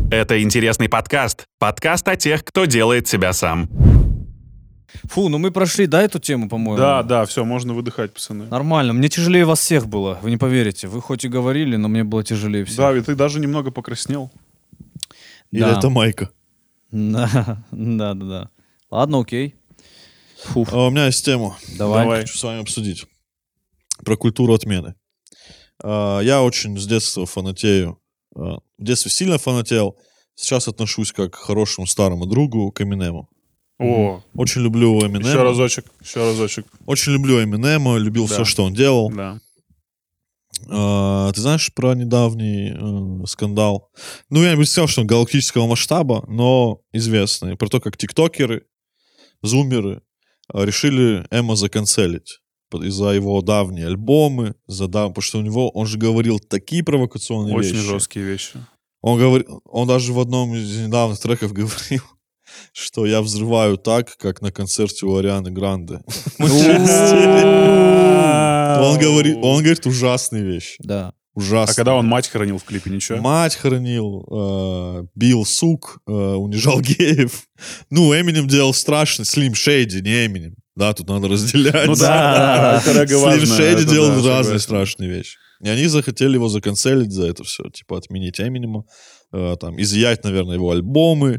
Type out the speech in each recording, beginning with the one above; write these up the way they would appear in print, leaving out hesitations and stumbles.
Это интересный подкаст. Подкаст о тех, кто делает себя сам. Фу, ну мы прошли, да, эту тему, по-моему? Да, все, можно выдыхать, пацаны. Нормально. Мне тяжелее вас всех было, вы не поверите. Вы хоть и говорили, но мне было тяжелее всех. Да, и ты даже немного покраснел. Или это майка? Да. Ладно, окей. Фу. У меня есть тема. Давай. Хочу с вами обсудить. Про культуру отмены. Я очень с детства фанатею. В детстве сильно фанател. Сейчас отношусь как к хорошему старому другу, к Эминему. О, Очень люблю Эминема. еще разочек. Очень люблю Эминема, любил Да. все, что он делал. Да. Ты знаешь про недавний скандал? Ну, я не бы сказал, что он галактического масштаба, но известный. Про то, как тиктокеры, зумеры решили Эма заканцелить из-за его давние альбомы, потому что у него, он же говорил такие провокационные Очень вещи. жесткие вещи. Он даже в одном из недавних треков говорил, что я взрываю так, как на концерте у Арианы Гранде. Он говорит ужасные вещи. Да. Ужасные. А когда он мать хоронил в клипе, ничего? Мать хоронил, бил сук, унижал геев. Ну, Эминем делал страшно. Слим Шейди, не Эминем. Да, тут надо разделять. Ну да, это Слим важно. Шейди Это делал да, разные согласен. страшные вещи. И они захотели его заканцелить за это все. Типа отменить Эминема. Там, изъять, наверное, его альбомы.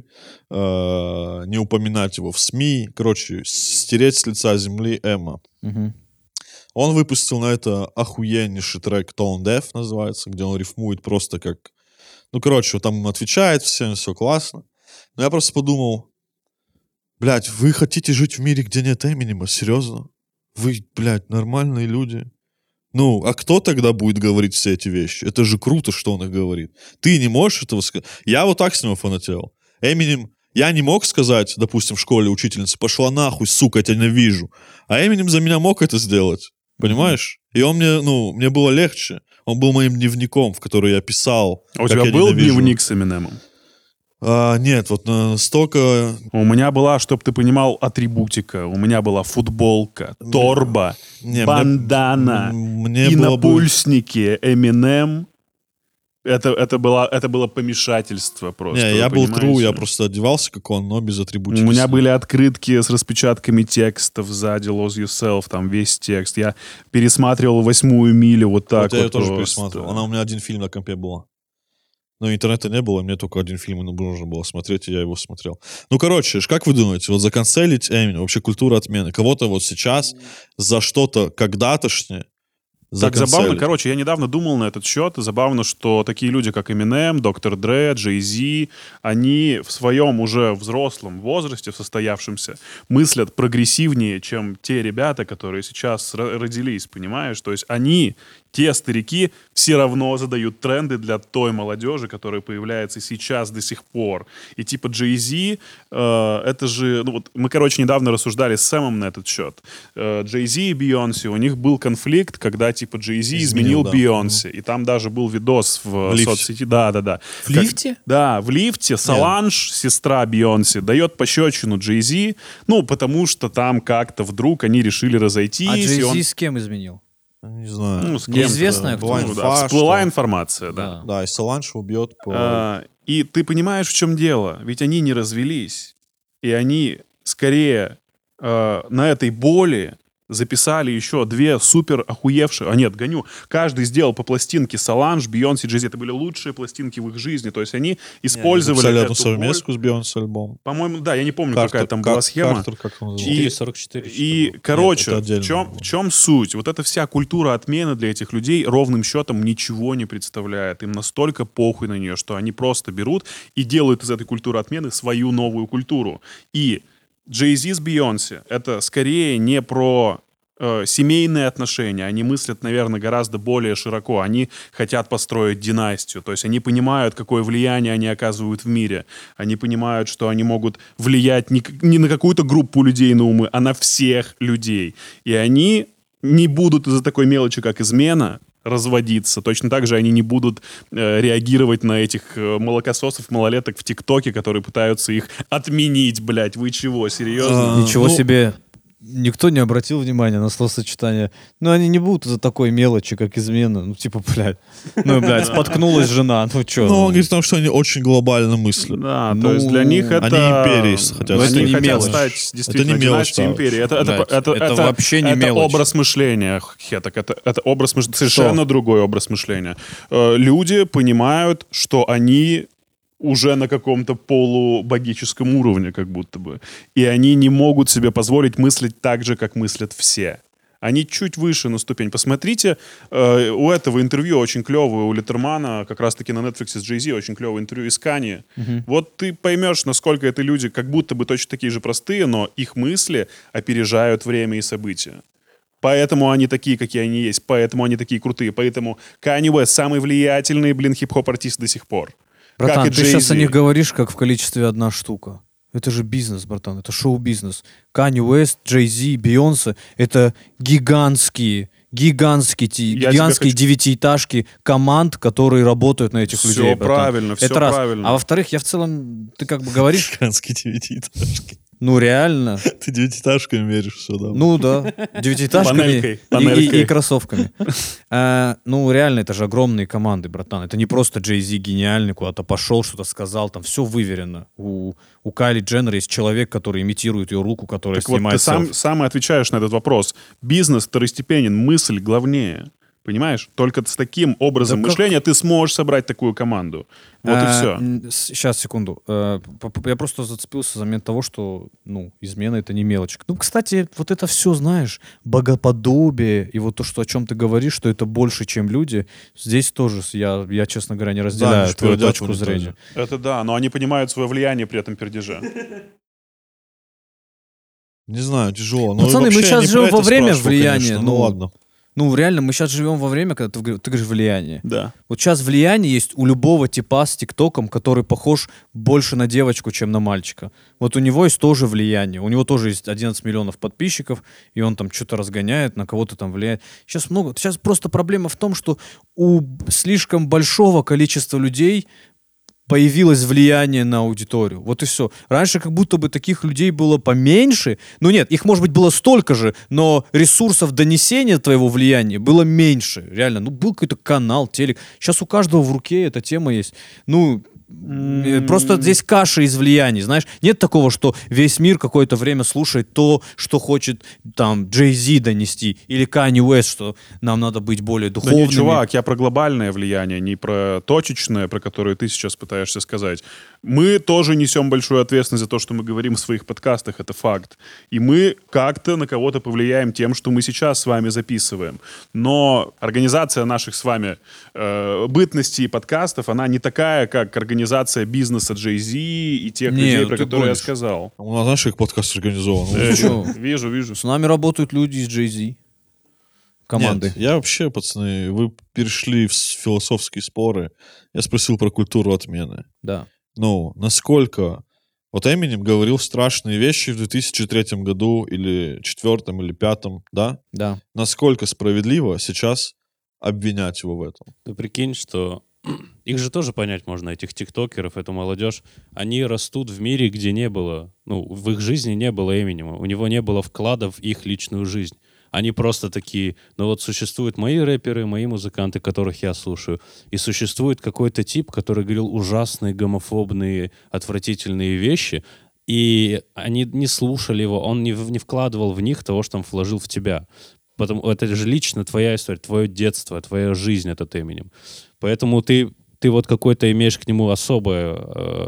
Не упоминать его в СМИ. Короче, стереть с лица земли Эма. Мгм. Он выпустил на это охуеннейший трек Tone Deaf называется, где он рифмует просто как... Ну, короче, он там отвечает всем, все классно. Но я просто подумал, блядь, вы хотите жить в мире, где нет Эминема? Серьезно? Вы, блядь, нормальные люди? Ну, а кто тогда будет говорить все эти вещи? Это же круто, что он их говорит. Ты не можешь этого сказать? Я вот так с него фанател. Эминем... Я не мог сказать, допустим, в школе учительница, пошла нахуй, сука, я тебя ненавижу. А Эминем за меня мог это сделать. Понимаешь? И он мне было легче. Он был моим дневником, в который я писал. А у как тебя я был ненавижу. дневник с Эминемом? Нет, вот настолько... У меня была, чтоб ты понимал, атрибутика. У меня была футболка, торба, Не, бандана мне и было бы... напульсники Эминем. Это было помешательство просто. Не, вы я был понимаете? true, я просто одевался как он, но без атрибутики. У меня были открытки с распечатками текстов сзади Lose Yourself, там весь текст. Я пересматривал «8 милю» вот так Вот я ее вот тоже просто. пересматривал. У меня один фильм на компе была. Но интернета не было, мне только один фильм нужно было смотреть, и я его смотрел. Ну, короче, как вы думаете, вот заканцелить Эминема, вообще культура отмены, кого-то вот сейчас за что-то когда-тошнее Так забавно, заканцелить? короче, я недавно думал на этот счет. Забавно, что такие люди, как Eminem, Доктор Дре, Jay-Z, они в своем уже взрослом возрасте, в состоявшемся, мыслят прогрессивнее, чем те ребята, которые сейчас родились, понимаешь? То есть они, те старики, все равно задают тренды для той молодежи, которая появляется сейчас до сих пор. И типа Jay-Z, это же... Ну вот мы, короче, недавно рассуждали с Сэмом на этот счет. Jay-Z и Бейонсе, у них был конфликт, когда типа Jay-Z изменил да. Бейонсе. И там даже был видос в лифте. соцсети. Да. В лифте? Да, в лифте Соланж, сестра Бейонсе, дает пощечину Jay-Z, ну, потому что там как-то вдруг они решили разойтись. А и Jay-Z он... с кем изменил? Не знаю. Ну, с кем-то, Неизвестная кто? Была Ну, инфа, да, всплыла что- информация, да. Да, и Соланж убьет по... И ты понимаешь, в чем дело? Ведь они не развелись. И они скорее на этой боли записали еще две супер охуевшие... гоню. Каждый сделал по пластинке Соланж, Бейонсе, Jay-Z. Это были лучшие пластинки в их жизни. То есть они использовали Записали эту одну боль. совместку с Бейонсе альбом. По-моему, да, я не помню, какая там была схема. Картер, как он назывался? И, 444. и это короче, отдельно в было. чем суть? Вот эта вся культура отмены для этих людей ровным счетом ничего не представляет. Им настолько похуй на нее, что они просто берут и делают из этой культуры отмены свою новую культуру. И Jay-Z с Бейонсе — это скорее не про семейные отношения. Они мыслят, наверное, гораздо более широко. Они хотят построить династию. То есть они понимают, какое влияние они оказывают в мире. Они понимают, что они могут влиять не на какую-то группу людей на умы, а на всех людей. И они не будут из-за такой мелочи, как измена, разводиться. Точно так же они не будут реагировать на этих молокососов, малолеток в ТикТоке, которые пытаются их отменить, блядь. Вы чего, серьезно? Ничего ну, себе. никто не обратил внимания на словосочетание. Ну, они не будут за такой мелочи, как измена. Ну, типа, блядь, споткнулась жена, ну чё? Ну, он говорит о том, что они очень глобально мыслят. Да, Ну, то есть для них это... Они империей хотят Они это не хотят мелочь. стать действительно Это не мелочь, династией да. империи. Это вообще не это мелочь. образ мышления, Хеток. Это образ мышления, совершенно другой образ мышления. Люди понимают, что они уже на каком-то полубогическом уровне, как будто бы. И они не могут себе позволить мыслить так же, как мыслят все. Они чуть выше на ступень. Посмотрите, у этого интервью очень клевое, у Леттермана, как раз-таки на Netflix с Jay-Z, очень клевое интервью из Kanye. Вот ты поймешь, насколько это люди как будто бы точно такие же простые, но их мысли опережают время и события. Поэтому они такие, какие они есть. Поэтому они такие крутые. Поэтому Kanye West самый влиятельный, хип-хоп-артист до сих пор. Братан, как и ты сейчас Jay-Z. о них говоришь, как в количестве одна штука. Это же бизнес, братан, это шоу-бизнес. Kanye West, Jay-Z, Бейонсе — это гигантские девятиэтажки команд, которые работают на этих людей. Все братан. правильно, все Это раз. правильно. А во-вторых, я в целом, ты как бы говоришь, Гигантские девятиэтажки. ну реально, Ты девятиэтажками веришь все, да? ну да, девятиэтажками Панелькой. и кроссовками. Ну реально, это же огромные команды, братан. Это не просто Jay-Z гениальный, куда-то пошел, что-то сказал, там все выверено. У Кайли Дженнер есть человек, который имитирует ее руку, которая Так вот, снимает ты сам и отвечаешь на этот вопрос. Бизнес второстепенен, мысль главнее. Понимаешь? Только с таким образом Да как? мышления ты сможешь собрать такую команду. Вот и все. Сейчас, секунду. Я просто зацепился за момент того, что, ну, измена — это не мелочь. Ну, кстати, вот это все, знаешь, богоподобие и вот то, что, о чем ты говоришь, что это больше, чем люди, здесь тоже я честно говоря, не разделяю они ж твою пердят точку в унитазе. зрения. Это да, но они понимают свое влияние при этом пердеже. Не знаю, тяжело. Ну, Пацаны, мы вообще, сейчас я не живем про это во время спрашивал, влияния, конечно, ну, ну ладно. Ну, реально, мы сейчас живем во время, когда ты говоришь влияние. Да. Вот сейчас влияние есть у любого типа с ТикТоком, который похож больше на девочку, чем на мальчика. Вот у него есть тоже влияние. У него тоже есть 11 миллионов подписчиков, и он там что-то разгоняет, на кого-то там влияет. Сейчас просто проблема в том, что у слишком большого количества людей появилось влияние на аудиторию. Вот и все. Раньше как будто бы таких людей было поменьше. Ну нет, их, может быть, было столько же, но ресурсов донесения твоего влияния было меньше. Реально, ну был какой-то канал, телек. Сейчас у каждого в руке эта тема есть. Ну, просто здесь каша из влияний, знаешь. Нет такого, что весь мир какое-то время слушает то, что хочет там Jay-Z донести, или Kanye West, что нам надо быть более Да духовными. не, чувак, я про глобальное влияние, не про точечное, про которое ты сейчас пытаешься сказать. Мы тоже несем большую ответственность за то, что мы говорим в своих подкастах, это факт. И мы как-то на кого-то повлияем тем, что мы сейчас с вами записываем. Но организация наших с вами бытностей и подкастов, она не такая, как организация бизнеса Jay-Z и тех Не, людей, ну про ты которые я гонишь. сказал. У нас, знаешь, как подкаст организован? чё? Вижу. С нами работают люди из Jay-Z. Команды. Нет, я вообще, пацаны, вы перешли в философские споры. Я спросил про культуру отмены. Да. Ну, насколько... Вот Эминем говорил страшные вещи в 2003 году, или 2004, или 2005, да? Да. Насколько справедливо сейчас обвинять его в этом? Ты прикинь, что их же тоже понять можно, этих тиктокеров, эту молодежь. Они растут в мире, где не было, ну, в их жизни не было Эминема, у него не было вклада в их личную жизнь. Они просто такие, ну вот существуют мои рэперы, мои музыканты, которых я слушаю, и существует какой-то тип, который говорил ужасные, гомофобные, отвратительные вещи, и они не слушали его, он не вкладывал в них того, что он вложил в тебя. Потому это же лично твоя история, твое детство, твоя жизнь, этот Эминем. Поэтому ты вот какой-то имеешь к нему особое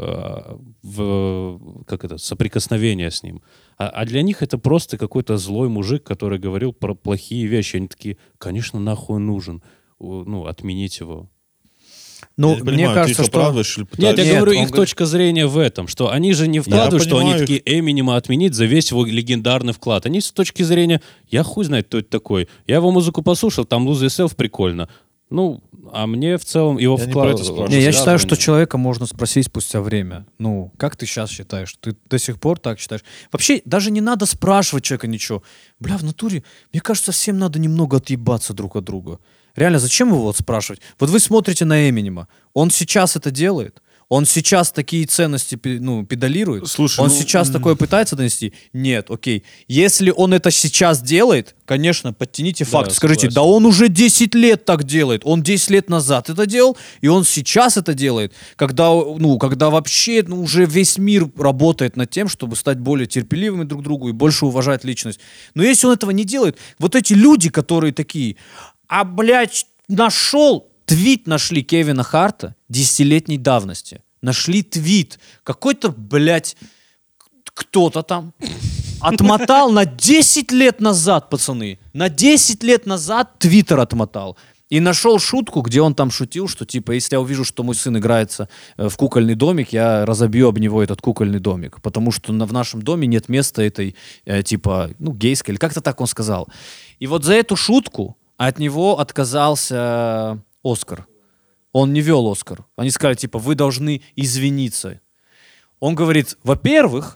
соприкосновение с ним. А для них это просто какой-то злой мужик, который говорил про плохие вещи. Они такие, конечно, нахуй он нужен. Ну, отменить его. Ну, Я не мне понимаю, кажется, ты их что... оправдываешь или Нет, пытаешься? я говорю, он их говорит- точка зрения в этом, что они же не вкладывают, что они понимаю. такие Эминема отменить за весь его легендарный вклад. Они с точки зрения, я хуй знает, кто это такой. Я его музыку послушал, там Lose Yourself прикольно. Ну, а мне в целом его Я не вклад... про это спрашиваю. Не, я считаю, что высказывание. человека можно спросить спустя время. Ну, как ты сейчас считаешь? Ты до сих пор так считаешь? Вообще, даже не надо спрашивать человека ничего. Бля, в натуре, мне кажется, всем надо немного отъебаться друг от друга. Реально, зачем его вот спрашивать? Вот вы смотрите на Эминема. Он сейчас это делает. Он сейчас такие ценности педалирует? Слушай, Он ну, сейчас такое пытается донести? Нет, окей. Если он это сейчас делает, конечно, подтяните факт. Скажите, согласен. да он уже 10 лет так делает. Он 10 лет назад это делал, и он сейчас это делает, когда вообще уже весь мир работает над тем, чтобы стать более терпеливыми друг к другу и больше уважать личность. Но если он этого не делает, вот эти люди, которые такие, блядь, твит нашли Кевина Харта 10-летней давности. Нашли твит. Какой-то, блядь, кто-то там отмотал на 10 лет назад, пацаны. На 10 лет назад Твиттер отмотал. И нашел шутку, где он там шутил, что типа, если я увижу, что мой сын играется в кукольный домик, я разобью об него этот кукольный домик. Потому что в нашем доме нет места этой, типа, гейской, или как-то так он сказал. И вот за эту шутку от него отказался Оскар. Он не вел Оскар. Они сказали, типа, вы должны извиниться. Он говорит, во-первых,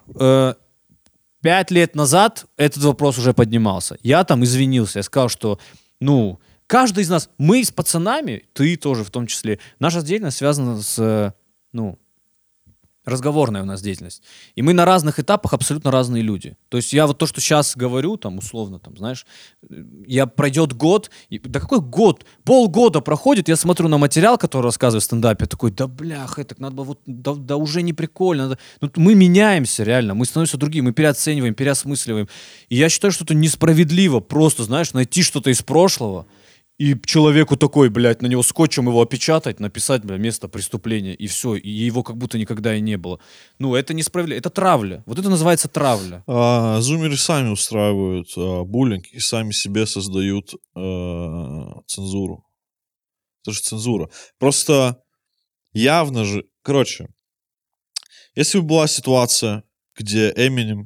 5 лет назад этот вопрос уже поднимался. Я там извинился. Я сказал, что, каждый из нас, мы с пацанами, ты тоже в том числе, наша деятельность связана с, разговорная у нас деятельность. И мы на разных этапах абсолютно разные люди. То есть я вот то, что сейчас говорю, там, условно, там, знаешь, пройдет год, да какой год? Полгода проходит, я смотрю на материал, который рассказываю в стендапе, такой, да бляха, так надо было, да уже не прикольно. Мы меняемся реально, мы становимся другими, мы переоцениваем, переосмысливаем. И я считаю, что это несправедливо просто, знаешь, найти что-то из прошлого, и человеку такой, блядь, на него скотчем его опечатать, написать, блядь, место преступления, и все, и его как будто никогда и не было. Это несправедливо, это травля. Вот это называется травля. Зумеры сами устраивают буллинг и сами себе создают цензуру. Это же цензура. Просто явно же... Короче, если бы была ситуация, где Эминем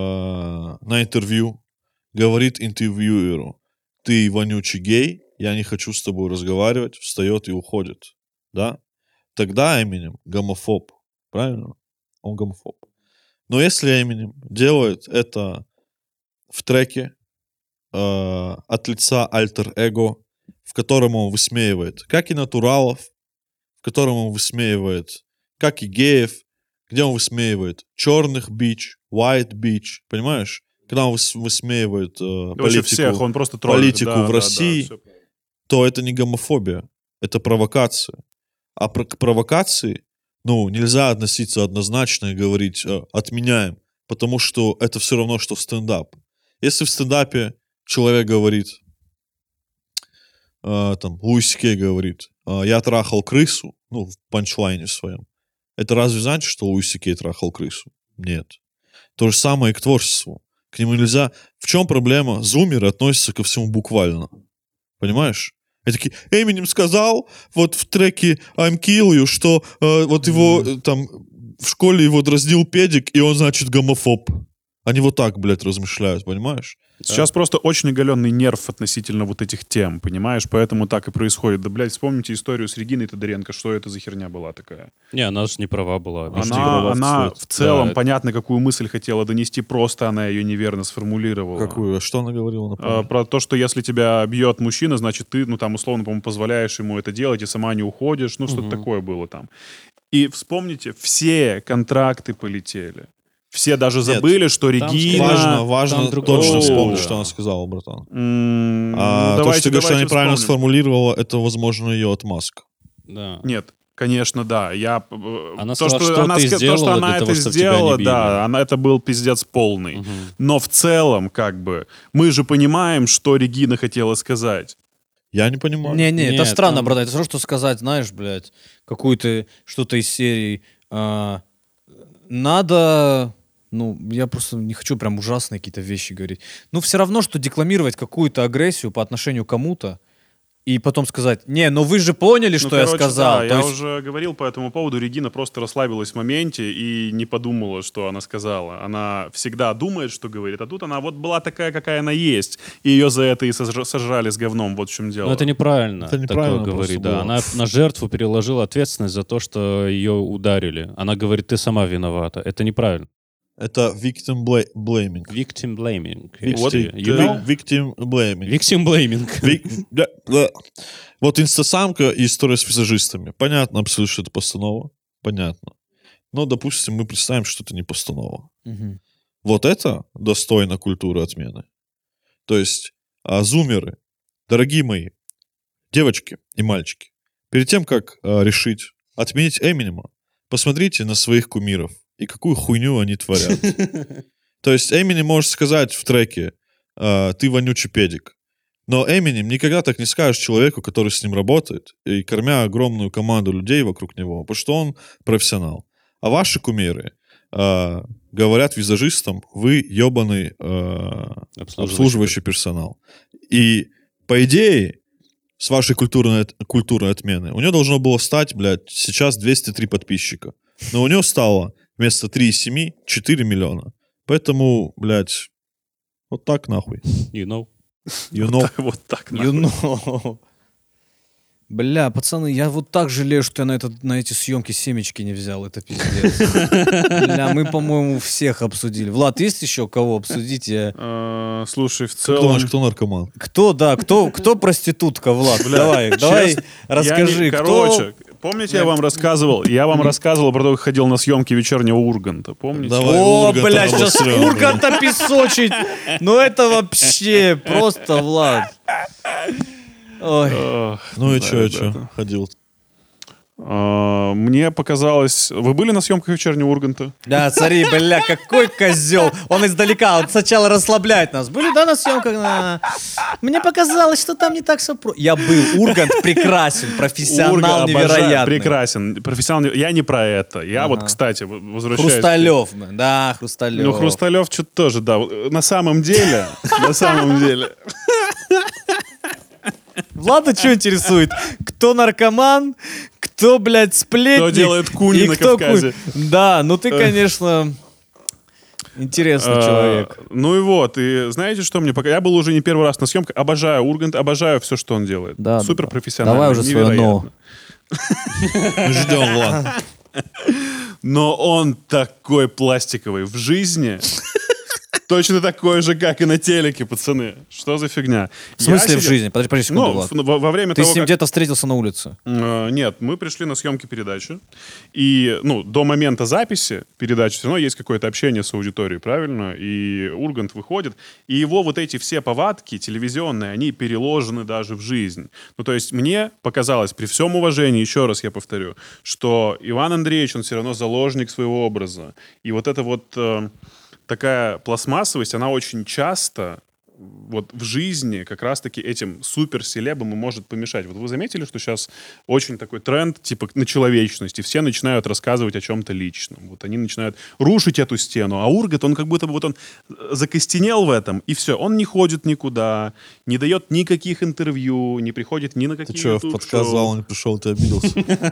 на интервью говорит интервьюеру, ты вонючий гей, я не хочу с тобой разговаривать, встает и уходит, да? Тогда Эминем гомофоб, правильно? Он гомофоб. Но если Эминем делает это в треке от лица альтер-эго, в котором он высмеивает как и натуралов, в котором он высмеивает как и геев, где он высмеивает черных бич, white бич, понимаешь? Когда он высмеивает политику, всех, он просто троллит. политику в России, то это не гомофобия, это провокация. А к провокации, нельзя относиться однозначно и говорить «отменяем», потому что это все равно, что стендап. Если в стендапе человек говорит, Луис Кей говорит, «я трахал крысу», в панчлайне своем, это разве значит, что Луис Кей трахал крысу? Нет. То же самое и к творчеству. К нему нельзя... В чем проблема? Зумеры относятся ко всему буквально. Понимаешь? И такие, Эминем сказал вот в треке I'm Kill You, что вот его там в школе его дразнил педик, и он, значит, гомофоб. Они вот так, блядь, размышляют, понимаешь? Сейчас просто очень оголенный нерв относительно вот этих тем, понимаешь? Поэтому так и происходит. Да, блядь, вспомните историю с Региной Тодоренко. Что это за херня была такая? Не, она же не права была. Она в целом, понятно, какую мысль хотела донести, просто она ее неверно сформулировала. Какую? А что она говорила? Про то, что если тебя бьет мужчина, значит, ты, условно, по-моему, позволяешь ему это делать и сама не уходишь. Что-то такое было там. И вспомните, все контракты полетели. Все даже забыли, что Регина... Важно точно вспомнить, что она сказала, братан. То, что ты говоришь, она неправильно сформулировала, это, возможно, ее отмазка. Да. Нет, конечно, да. Она сказала, что ты сделала для того, чтобы тебя не били. Да, это был пиздец полный. Но в целом, мы же понимаем, что Регина хотела сказать. Я не понимаю. Не, это странно, братан. Это все, что сказать, знаешь, блядь, какую-то что-то из серии... Надо... я просто не хочу прям ужасные какие-то вещи говорить. Все равно, что декламировать какую-то агрессию по отношению к кому-то, и потом сказать, вы же поняли, что я сказал. Да, я уже говорил по этому поводу, Регина просто расслабилась в моменте и не подумала, что она сказала. Она всегда думает, что говорит, а тут она вот была такая, какая она есть, и ее за это и сожрали с говном, вот в чем дело. Но это неправильно. Это неправильно такое говорит, да. было. Она на жертву переложила ответственность за то, что ее ударили. Она говорит, ты сама виновата. Это неправильно. Это victim blaming. Victim blaming. Victim blaming. Victim blaming. Вот инстасамка и история с визажистами. Понятно абсолютно, что это постанова. понятно. Но, допустим, мы представим что-то не постанова. Мгм. Вот это достойно культуры отмены. То есть, зумеры, дорогие мои, девочки и мальчики, перед тем, как решить отменить Эминема, посмотрите на своих кумиров и какую хуйню они творят. То есть Эминем может сказать в треке «ты вонючий педик», но Эминем никогда так не скажет человеку, который с ним работает, и кормя огромную команду людей вокруг него, потому что он профессионал. А ваши кумиры говорят визажистам, вы ебаный обслуживающий персонал. И, по идее, с вашей культурной отмены у него должно было стать, блядь, сейчас 203 подписчика. Но у него стало вместо 3,7 4 миллиона. Поэтому, блядь, вот так нахуй. You know. You know. Вот так. You know. Бля, пацаны, я вот так жалею, что я на эти съемки семечки не взял. Это пиздец. Бля, мы, по-моему, всех обсудили. Влад, есть еще кого обсудить? Слушай, в Как целом... думаешь, кто наркоман? Кто проститутка, Влад? Давай расскажи. Короче, помните, я вам рассказывал про то, как ходил на съемки вечернего Урганта, помните? Давай, О, Урганта бля, сейчас обосрем, Урганта песочить. Ну это вообще просто, Влад. Ой. Ну и Да, чё, ребята. ходил? Мне показалось... Вы были на съемках вечернего Урганта? Да, смотри, бля, какой козел. Он издалека, он сначала расслабляет нас. Были, да, на съемках? Мне показалось, что там не так все просто. Я был. Ургант прекрасен, профессионал Ургант, обожаю, невероятный. прекрасен. Профессионал. Я не про это. Я вот, кстати, возвращаюсь... Хрусталев, да, Хрусталев. Ну, Хрусталев что-то тоже, да. На самом деле... Влада что интересует? Кто наркоман? Кто, блядь, сплетник? Кто делает куни И на кто Кавказе? Да, ну ты, конечно, интересный человек. Ну и вот, и знаете, что мне пока... Я был уже не первый раз на съемках, обожаю Ургант, обожаю все, что он делает. Да, Супер да. профессионально. Давай уже свое невероятно. «но». Ждем, Влад. Но он такой пластиковый в жизни. Точно такой же, как и на телеке, пацаны. Что за фигня? В смысле в жизни? Подожди секунду, Влад. Во время Ты того, с ним как... где-то встретился на улице? Нет, мы пришли на съемки передачи. И, до момента записи передачи все равно есть какое-то общение с аудиторией, правильно? И Ургант выходит. И его вот эти все повадки телевизионные, они переложены даже в жизнь. Ну, то есть мне показалось, при всем уважении, еще раз я повторю, что Иван Андреевич, он все равно заложник своего образа. И вот это вот... такая пластмассовость, она очень часто вот в жизни как раз-таки этим суперселебам и может помешать. Вот вы заметили, что сейчас очень такой тренд типа на человечность, и все начинают рассказывать о чем-то личном. Вот они начинают рушить эту стену, а Ургант, он как будто бы вот он закостенел в этом, и все, он не ходит никуда, не дает никаких интервью, не приходит ни на какие Ты что, в подкаст зал не пришел, ты обиделся?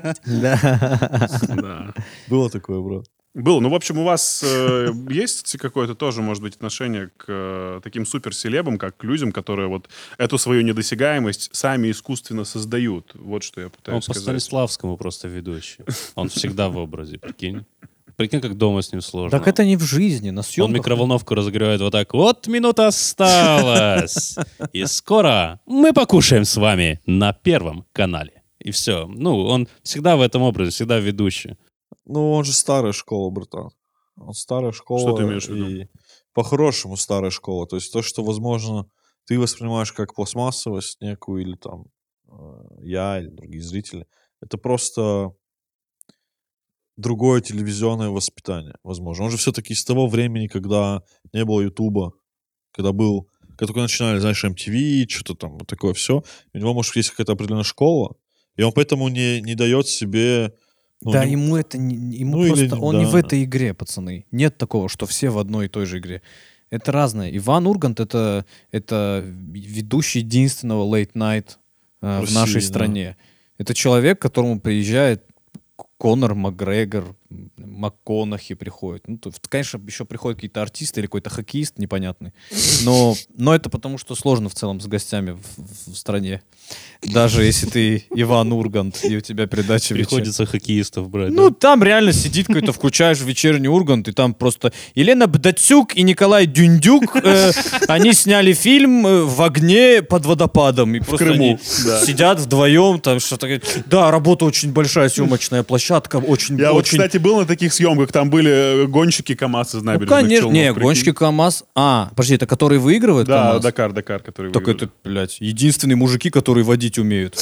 Да. Было такое, брат? Было. Ну, в общем, у вас есть какое-то тоже, может быть, отношение к таким суперселебам, как к людям, которые вот эту свою недосягаемость сами искусственно создают. Вот что я Он пытаюсь по сказать. Станиславскому просто ведущий. Он всегда в образе, прикинь. Прикинь, как дома с ним сложно. Так это не в жизни, на Он съемках. микроволновку разогревает вот так. Вот минута осталась. И скоро мы покушаем с вами на Первом канале. И все. Ну, он всегда в этом образе, всегда ведущий. Ну, он же старая школа, братан. Он старая школа. Что ты имеешь в виду? И по-хорошему старая школа. То есть то, что, возможно, ты воспринимаешь как пластмассовость некую, или там я, или другие зрители, это просто другое телевизионное воспитание, возможно. Он же все-таки из того времени, когда не было Ютуба, когда только начинали, знаешь, MTV, что-то там, вот такое все. У него, может, есть какая-то определенная школа, и он поэтому не дает себе... Да, ему это ему ну, просто или, он не да. в этой игре, пацаны. Нет такого, что все в одной и той же игре. Это разное. Иван Ургант это ведущий единственного late night в России, нашей да. стране. Это человек, к которому приезжает Конор Макгрегор, МакКонахи приходит. Ну, конечно, еще приходят какие-то артисты или какой-то хоккеист непонятный. Но это потому, что сложно в целом с гостями в стране. Даже если ты Иван Ургант, и у тебя передача Приходится хоккеистов брать. Ну, да? там реально сидит какой-то, включаешь вечерний Ургант, и там просто Елена Бдацюк и Николай Дюндюк, они сняли фильм в огне под водопадом. И просто Крыму, они сидят вдвоем, там что-то говорят. Да, работа очень большая, съемочная площадка, очень... Я вот, очень... кстати, был на таких съемках, там были гонщики КамАЗ из Ну, набережных конечно, Челнов, не, прикинь. гонщики КамАЗ. Подожди, это которые выигрывают Да, КамАЗ? Дакар, который Так выиграли. это, блядь, единственные мужики, которые водить умеют.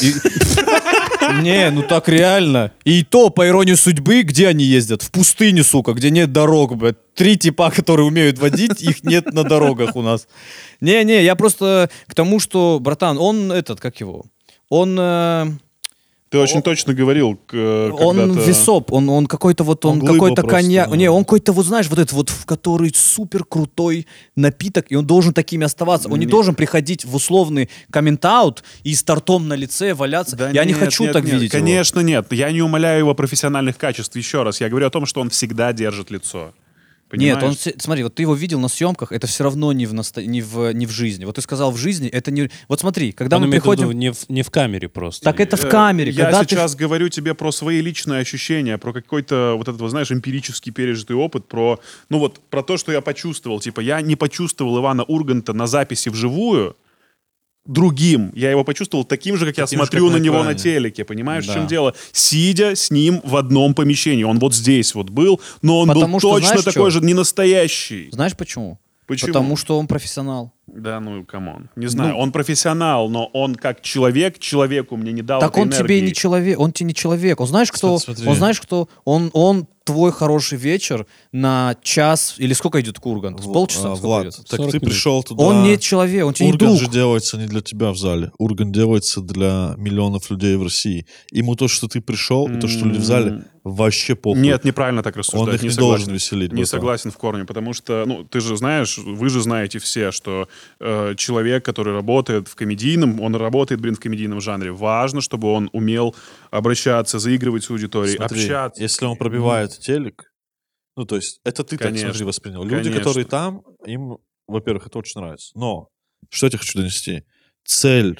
Не, ну так реально. И то, по иронии судьбы, где они ездят? В пустыне, сука, где нет дорог, блядь. 3 типа, которые умеют водить, их нет на дорогах у нас. Не, я просто к тому, что, братан, он как его? Он... Ты очень точно говорил, Он когда-то... весоп, он какой-то вот, он глыба какой-то просто, коньяк, да. не, он какой-то вот, знаешь, вот этот вот, в который супер крутой напиток, и он должен такими оставаться, он не должен приходить в условный коммент-аут и с тортом на лице валяться, Да я не нет, хочу нет, так нет, видеть его. Конечно, нет. Я не умаляю его профессиональных качеств, еще раз. Я говорю о том, что он всегда держит лицо. Нет, Понимаешь? смотри, вот ты его видел на съемках, это все равно не в жизни. Вот ты сказал в жизни, это не... Вот смотри, когда Он мы имеет в виду приходим... не в камере просто. Так это в камере, Я когда ты... сейчас говорю тебе про свои личные ощущения, про какой-то вот этот, вот, знаешь, эмпирический пережитый опыт, про то, что я почувствовал. Типа, я не почувствовал Ивана Урганта на записи вживую другим. Я его почувствовал таким же, как я Таким же, смотрю как на на него экране. на телеке. Понимаешь, в Да. чем дело? Сидя с ним в одном помещении. Он вот здесь вот был, но он Потому был что, точно знаешь, такой чё? же, не настоящий. Знаешь почему? Почему? Потому что он профессионал. Да, ну, камон. Не знаю, он профессионал, но он как человеку мне не дал Так этой он тебе энергии. не человек, он тебе не человек. Он знаешь, кто? Смотри. Он знаешь, кто? Он твой хороший вечер на час или сколько идет Кургант? С полчаса? Сколько Влад, идет? так 40 ты минут. пришел туда... Он не человек, он тебе не Ургант друг. же делается не для тебя в зале. Ургант делается для миллионов людей в России. Ему то, что ты пришел, и то, что люди в зале, вообще похуй. Нет, неправильно так рассуждать. Он их не не согласен. должен веселить. Не братан. согласен в корне, потому что, ну, ты же знаешь, вы же знаете все, что человек, который работает в комедийном, он работает, в комедийном жанре. Важно, чтобы он умел обращаться, заигрывать с аудиторией, Смотри, общаться. если он пробивает телек, ну, то есть, это ты Конечно. так, смотри, воспринял. Люди, Конечно. которые там, им, во-первых, это очень нравится. Но, что я тебе хочу донести? Цель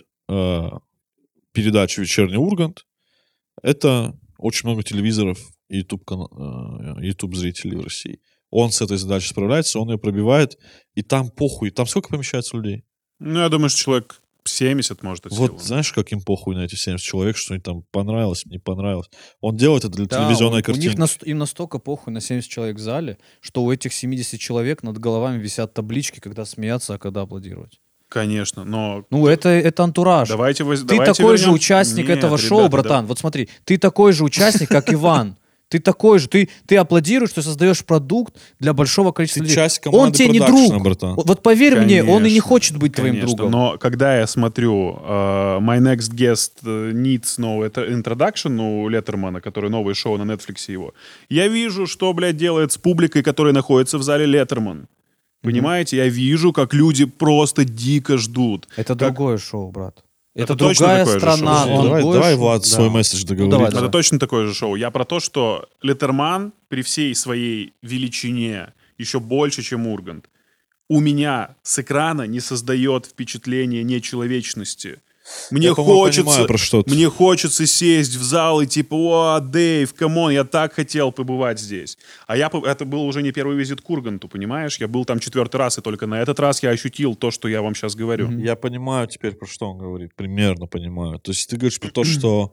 передачи «Вечерний Ургант» — это очень много телевизоров и YouTube зрителей в России. Он с этой задачей справляется, он ее пробивает, и там похуй. Там сколько помещается людей? Ну, я думаю, что человек 70 может от Вот силы. знаешь, как им похуй на эти 70 человек, что им там понравилось, не понравилось. Он делает это для Да, телевизионной у картинки. них им настолько похуй на 70 человек в зале, что у этих 70 человек над головами висят таблички, когда смеяться, а когда аплодировать. Конечно, но Ну, это антураж. давайте Ты такой же участник этого шоу, ребята, братан. Вот смотри, ты такой же участник, как Иван. Ты такой же. Ты аплодируешь, ты создаешь продукт для большого количества Ты людей. часть Он команды тебе не продакшена, друг. братан. Вот поверь мне, он и не Конечно, хочет быть твоим Конечно, другом. но когда я смотрю My Next Guest Needs No Introduction у Леттермана, который новое шоу на Netflix его, я вижу, что, блядь, делает с публикой, которая находится в зале Леттерман. Понимаете? Я вижу, как люди просто дико ждут. Это другое шоу, брат. Это точно другая такое же страна. шоу. он Давай, другое давай шоу. Влад, Да. свой месседж договорит. давай, Это давай. точно такое же шоу. Я про то, что Леттерман при всей своей величине еще больше, чем Ургант, у меня с экрана не создает впечатление нечеловечности. Мне Я, по-моему, хочется, понимаю, про что ты. мне хочется сесть в зал и типа, о, Дэйв, камон, я так хотел побывать здесь. Это был уже не первый визит к Урганту, понимаешь? Я был там 4-й раз, и только на этот раз я ощутил то, что я вам сейчас говорю. Я понимаю теперь, про что он говорит. Примерно понимаю. То есть ты говоришь про то, что...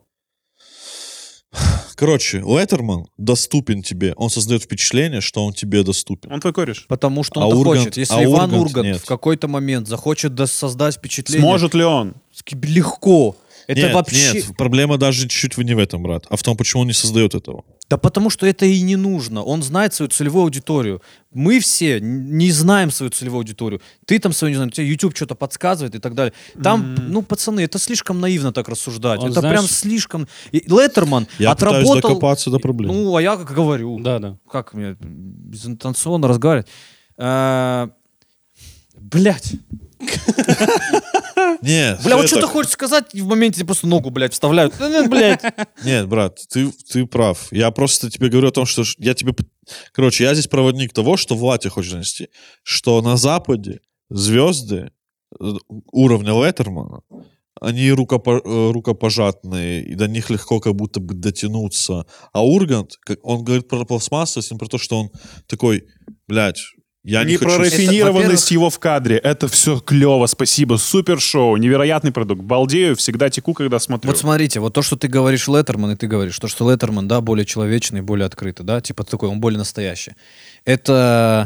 Короче, Леттерман доступен тебе. Он создает впечатление, что он тебе доступен. Он твой кореш. Потому что А он Ургант- хочет. Если а Иван Ургант Ургант нет. в какой-то момент захочет создать впечатление... Сможет ли он? Легко. Это Нет, вообще... нет, проблема даже чуть-чуть не в этом, брат, а в том, почему он не создает этого. Да потому что это и не нужно. Он знает свою целевую аудиторию. Мы все не знаем свою целевую аудиторию. Ты там свою не знаешь, тебе YouTube что-то подсказывает и так далее. Там, ну, пацаны, это слишком наивно так рассуждать. Он, это знаешь, прям слишком... И Леттерман Я пытаюсь отработал... докопаться до проблемы. Ну, а я как говорю. Да. Как мне безинтенционно разговаривать? Блять. Нет, Бля, вот это- что ты хочешь сказать, и в моменте тебе просто ногу, блядь, вставляют. Блядь. Нет, брат, ты прав. Я просто тебе говорю о том, что я тебе... Короче, я здесь проводник того, что Влад тебе хочет донести. Что на Западе звезды уровня Леттермана, они рукопожатные, и до них легко как будто бы дотянуться. А Ургант, он говорит про пластмассовость, про то, что он такой, блядь, я не Не хочу... про рафинированность во-первых- его в кадре. Это все клево, спасибо. Супер шоу, невероятный продукт. Балдею, всегда теку, когда смотрю. Вот смотрите, вот то, что ты говоришь Леттерман, и ты говоришь, то, что Леттерман, да, более человечный, более открытый, да, типа такой, он более настоящий. Это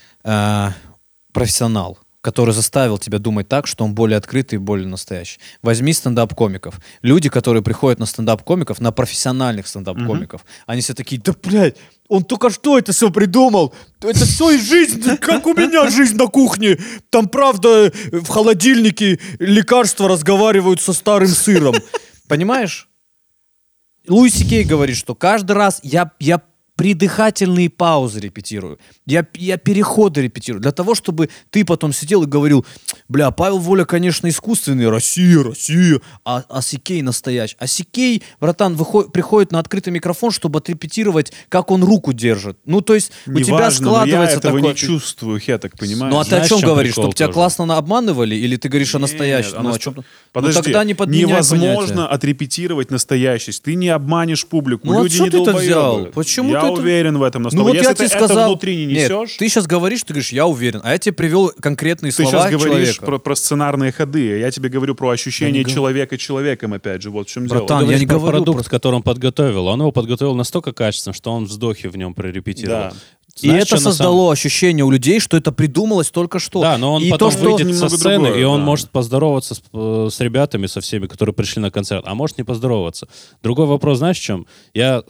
профессионал, который заставил тебя думать так, что он более открытый и более настоящий. Возьми стендап-комиков. Люди, которые приходят на стендап-комиков, на профессиональных стендап-комиков, они все такие, да, блядь, он только что это все придумал. Это все из жизни, как у меня жизнь на кухне. Там, правда, в холодильнике лекарства разговаривают со старым сыром. Понимаешь? Луи Си Кей говорит, что каждый раз я придыхательные паузы репетирую. Я переходы репетирую. Для того, чтобы ты потом сидел и говорил, бля, Павел Воля, конечно, искусственный, Россия, Россия, а Си Кей настоящий. А Си Кей, братан, приходит на открытый микрофон, чтобы отрепетировать, как он руку держит. Ну, то есть у тебя Неважно, но складывается я этого такое... не чувствую, я так понимаю. Ну, а ты Знаешь, о чем в чем говоришь? прикол Чтобы тебя тоже? классно обманывали? Или ты говоришь о Нет, настоящем? а Ну, о насто- чем? Подожди, ну, тогда не подменяй невозможно понятия. отрепетировать настоящесть. Ты не обманешь публику. Ну, а Люди что не ты это долбоебы. взял? Почему я ты это- уверен в этом. Ну вот Если я ты тебе сказал... это внутри не Нет, несешь, ты сейчас говоришь, ты говоришь, я уверен. А я тебе привел конкретные ты слова сейчас говоришь человека. про сценарные ходы. А я тебе говорю про ощущение Я не человека человеком, опять же. Вот в чем Братан, дело. я Говоришь не про говорю продукт, который он подготовил. Он его подготовил настолько качественно, что он вздохи в нем прорепетировал. Да. И Знаешь, это что на создало ощущение у людей, что это придумалось только что. Да, но он и потом то, что... выйдет со немного сцены, другое, и он да. может поздороваться с ребятами, со всеми, которые пришли на концерт, а может не поздороваться. Другой вопрос, знаешь, в чем? Я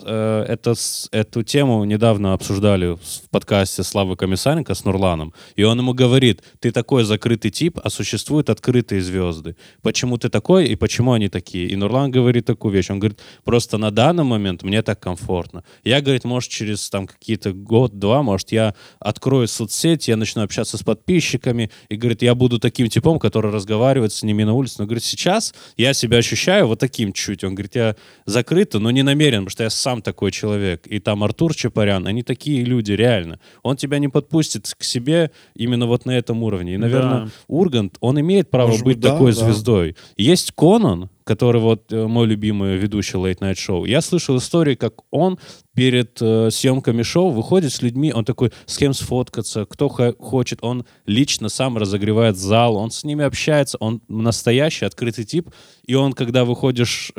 эту тему недавно обсуждали в подкасте Славы Комиссаренко с Нурланом, и он ему говорит, ты такой закрытый тип, а существуют открытые звезды. Почему ты такой и почему они такие? И Нурлан говорит такую вещь, он говорит, просто на данный момент мне так комфортно. Я, говорит, может, через там какие-то год-два, может, я открою соцсети, я начну общаться с подписчиками, и, говорит, я буду таким типом, который разговаривает с ними на улице. Но, говорит, сейчас я себя ощущаю вот таким чуть. Он говорит, я закрыто, но не намерен, потому что я сам такой человек. И там Артур Чапарян, они такие люди, реально. Он тебя не подпустит к себе именно вот на этом уровне. И, наверное, Да. Ургант, он имеет право Может быть быть, да, такой да. звездой. Есть Конан, который вот мой любимый ведущий Late Night Show. Я слышал истории, как он перед съемками шоу выходит с людьми, он такой, с кем сфоткаться, кто хочет, он лично сам разогревает зал, он с ними общается, он настоящий, открытый тип, и он, когда выходишь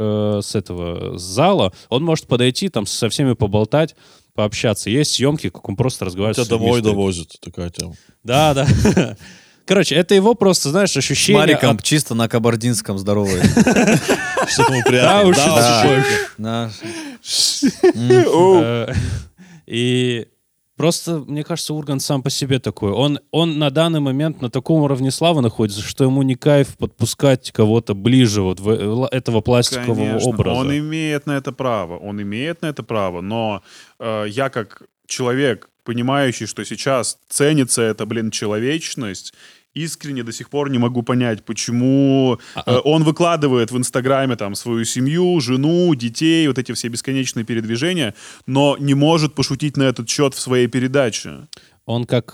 с зала, он может подойти, там, со всеми поболтать, пообщаться. Есть съемки, как он просто разговаривает Тебя с людьми. домой что ли. довозят, такая тема. Да, да. Короче, это его просто, знаешь, С ощущение... Мариком от- чисто на кабардинском здоровый. Чтобы ему Да, приятно. уж Да, такой. Да. И просто, мне кажется, Ургант сам по себе такой. Он на данный момент на таком уровне славы находится, что ему не кайф подпускать кого-то ближе вот этого пластикового Конечно, образа. он имеет на это право. Он имеет на это право. Но я как человек, понимающий, что сейчас ценится эта, человечность, искренне до сих пор не могу понять, почему он выкладывает в Инстаграме там свою семью, жену, детей, вот эти все бесконечные передвижения, но не может пошутить на этот счет в своей передаче. Он как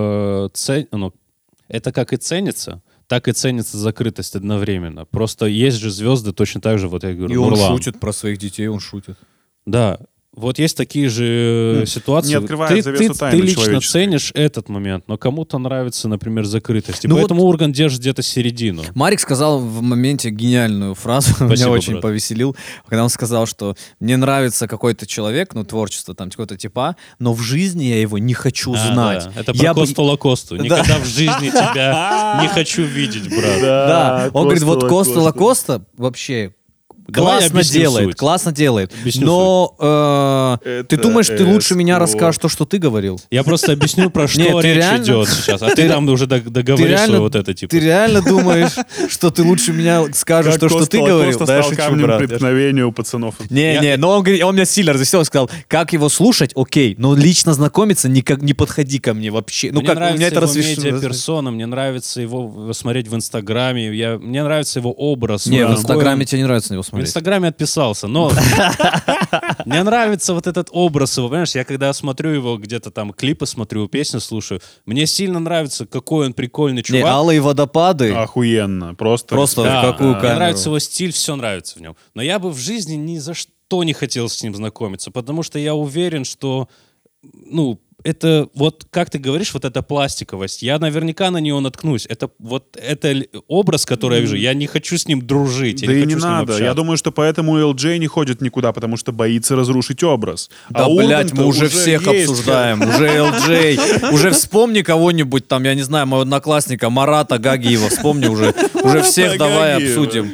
это как и ценится, так и ценится закрытость одновременно. Просто есть же звезды точно так же, вот я говорю, И он Нурлан. шутит про своих детей, он шутит. Да. Вот есть такие же ситуации. не открывает завесу тайны ты лично человеческой. ценишь этот момент, но кому-то нравится, например, закрытость. И Ну поэтому Ургант держит где-то середину. Марик сказал в моменте гениальную фразу, меня Спасибо, очень брат. повеселил, когда он сказал, что мне нравится какой-то человек, ну, творчество там какого-то типа, но в жизни я его не хочу знать. Да. Это Я про бы- Косту Лакосту. Никогда в жизни тебя не хочу видеть, брат. Да, он говорит, вот Коста Лакоста вообще Давай я объясню суть. классно делает. Объясню Но ты думаешь, ты лучше меня расскажешь то, что ты говорил? Я просто объясню, про Нет, что ты речь реально- идет сейчас. А ты там уже договоришь свое вот это, типа. Ты реально думаешь, что ты лучше меня скажешь то, что ты говорил? Да, Да, я стал шучу, камнем брат. преткновения у пацанов. Не, но он меня сильно развеселил, он сказал, как его слушать, окей, но лично знакомиться никак не подходи ко мне вообще. Ну Мне как, нравится меня это его рассмешило. медиаперсона, мне нравится его смотреть в Инстаграме, мне нравится его образ. Не, в какой Инстаграме он- тебе не нравится на него В смотреть. Инстаграме отписался, но мне нравится вот этот образ его, понимаешь, я когда смотрю его, где-то там клипы смотрю, песни слушаю, мне сильно нравится, какой он прикольный Не, чувак. алые водопады. Охуенно. Просто Просто Да, в какую мне камеру? нравится его стиль, все нравится в нем. Но я бы в жизни ни за что не хотел с ним знакомиться, потому что я уверен, что, ну, это вот, как ты говоришь, вот эта пластиковость, я наверняка на нее наткнусь. Это вот это образ, который я вижу, я не хочу с ним дружить. я Да и хочу не с ним надо. Я общаться. думаю, что поэтому LJ не ходит никуда, потому что боится разрушить образ. Да, А блядь, Урганта мы уже всех есть. обсуждаем. Уже LJ. Уже вспомни кого-нибудь там, я не знаю, моего одноклассника Марата Гагиева. Вспомни уже. Уже всех давай Гагиева. обсудим.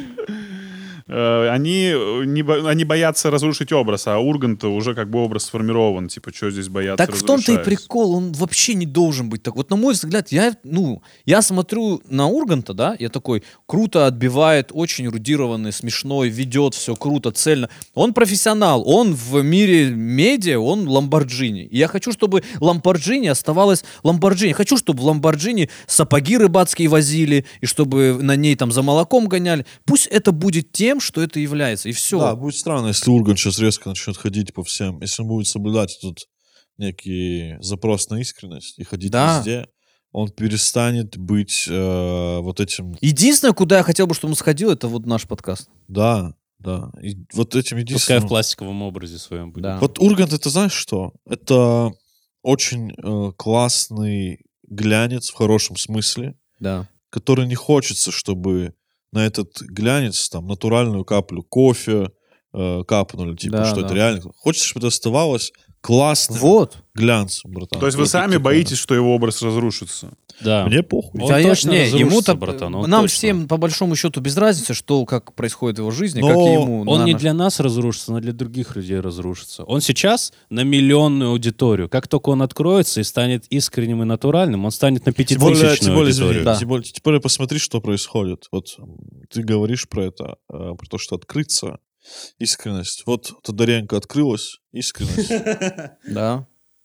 Они боятся разрушить образ, а Урганта уже как бы образ сформирован. Типа, что здесь бояться Так в том-то и разрушать? прикол, он вообще не должен быть так. Вот на мой взгляд, я смотрю на Урганта, да, я такой, круто отбивает, очень эрудированный, смешной, ведет все круто, цельно. Он профессионал, он в мире медиа, он Ламборджини. И я хочу, чтобы Ламборджини оставалось Ламборджини. Хочу, чтобы в Ламборджини сапоги рыбацкие возили, и чтобы на ней там за молоком гоняли. Пусть это будет тем, что это является, и все. Да, будет странно, если Ургант сейчас резко начнет ходить по всем. Если он будет соблюдать тут некий запрос на искренность и ходить Да. везде, он перестанет быть вот этим... Единственное, куда я хотел бы, чтобы он сходил, это вот наш подкаст. Да, да. И вот этим Пускай единственным... в пластиковом образе своем будет. Да. Вот Ургант, это знаешь что? Это очень классный глянец в хорошем смысле, Да. который не хочется, чтобы на этот глянец там натуральную каплю кофе капнули, типа, Да, что да. это реально. Хочется, чтобы это оставалось классным Вот. глянцем, братан. То есть вы Вот сами такое. боитесь, что его образ разрушится? Да. Мне похуй. Он Да, точно разрушится, ему-то, братан, он нам точно. всем по большому счету без разницы, что как происходит в его жизни, Но как и ему. Он не наверное. для нас разрушится, но для других людей разрушится. Он сейчас на миллионную аудиторию. Как только он откроется и станет искренним и натуральным, он станет на Тем более, пятитысячную извини, аудиторию. Да. тем более посмотри, что происходит. Вот ты говоришь про это, про то, что открыться, искренность. Вот Тодоренко открылась, искренность. Да.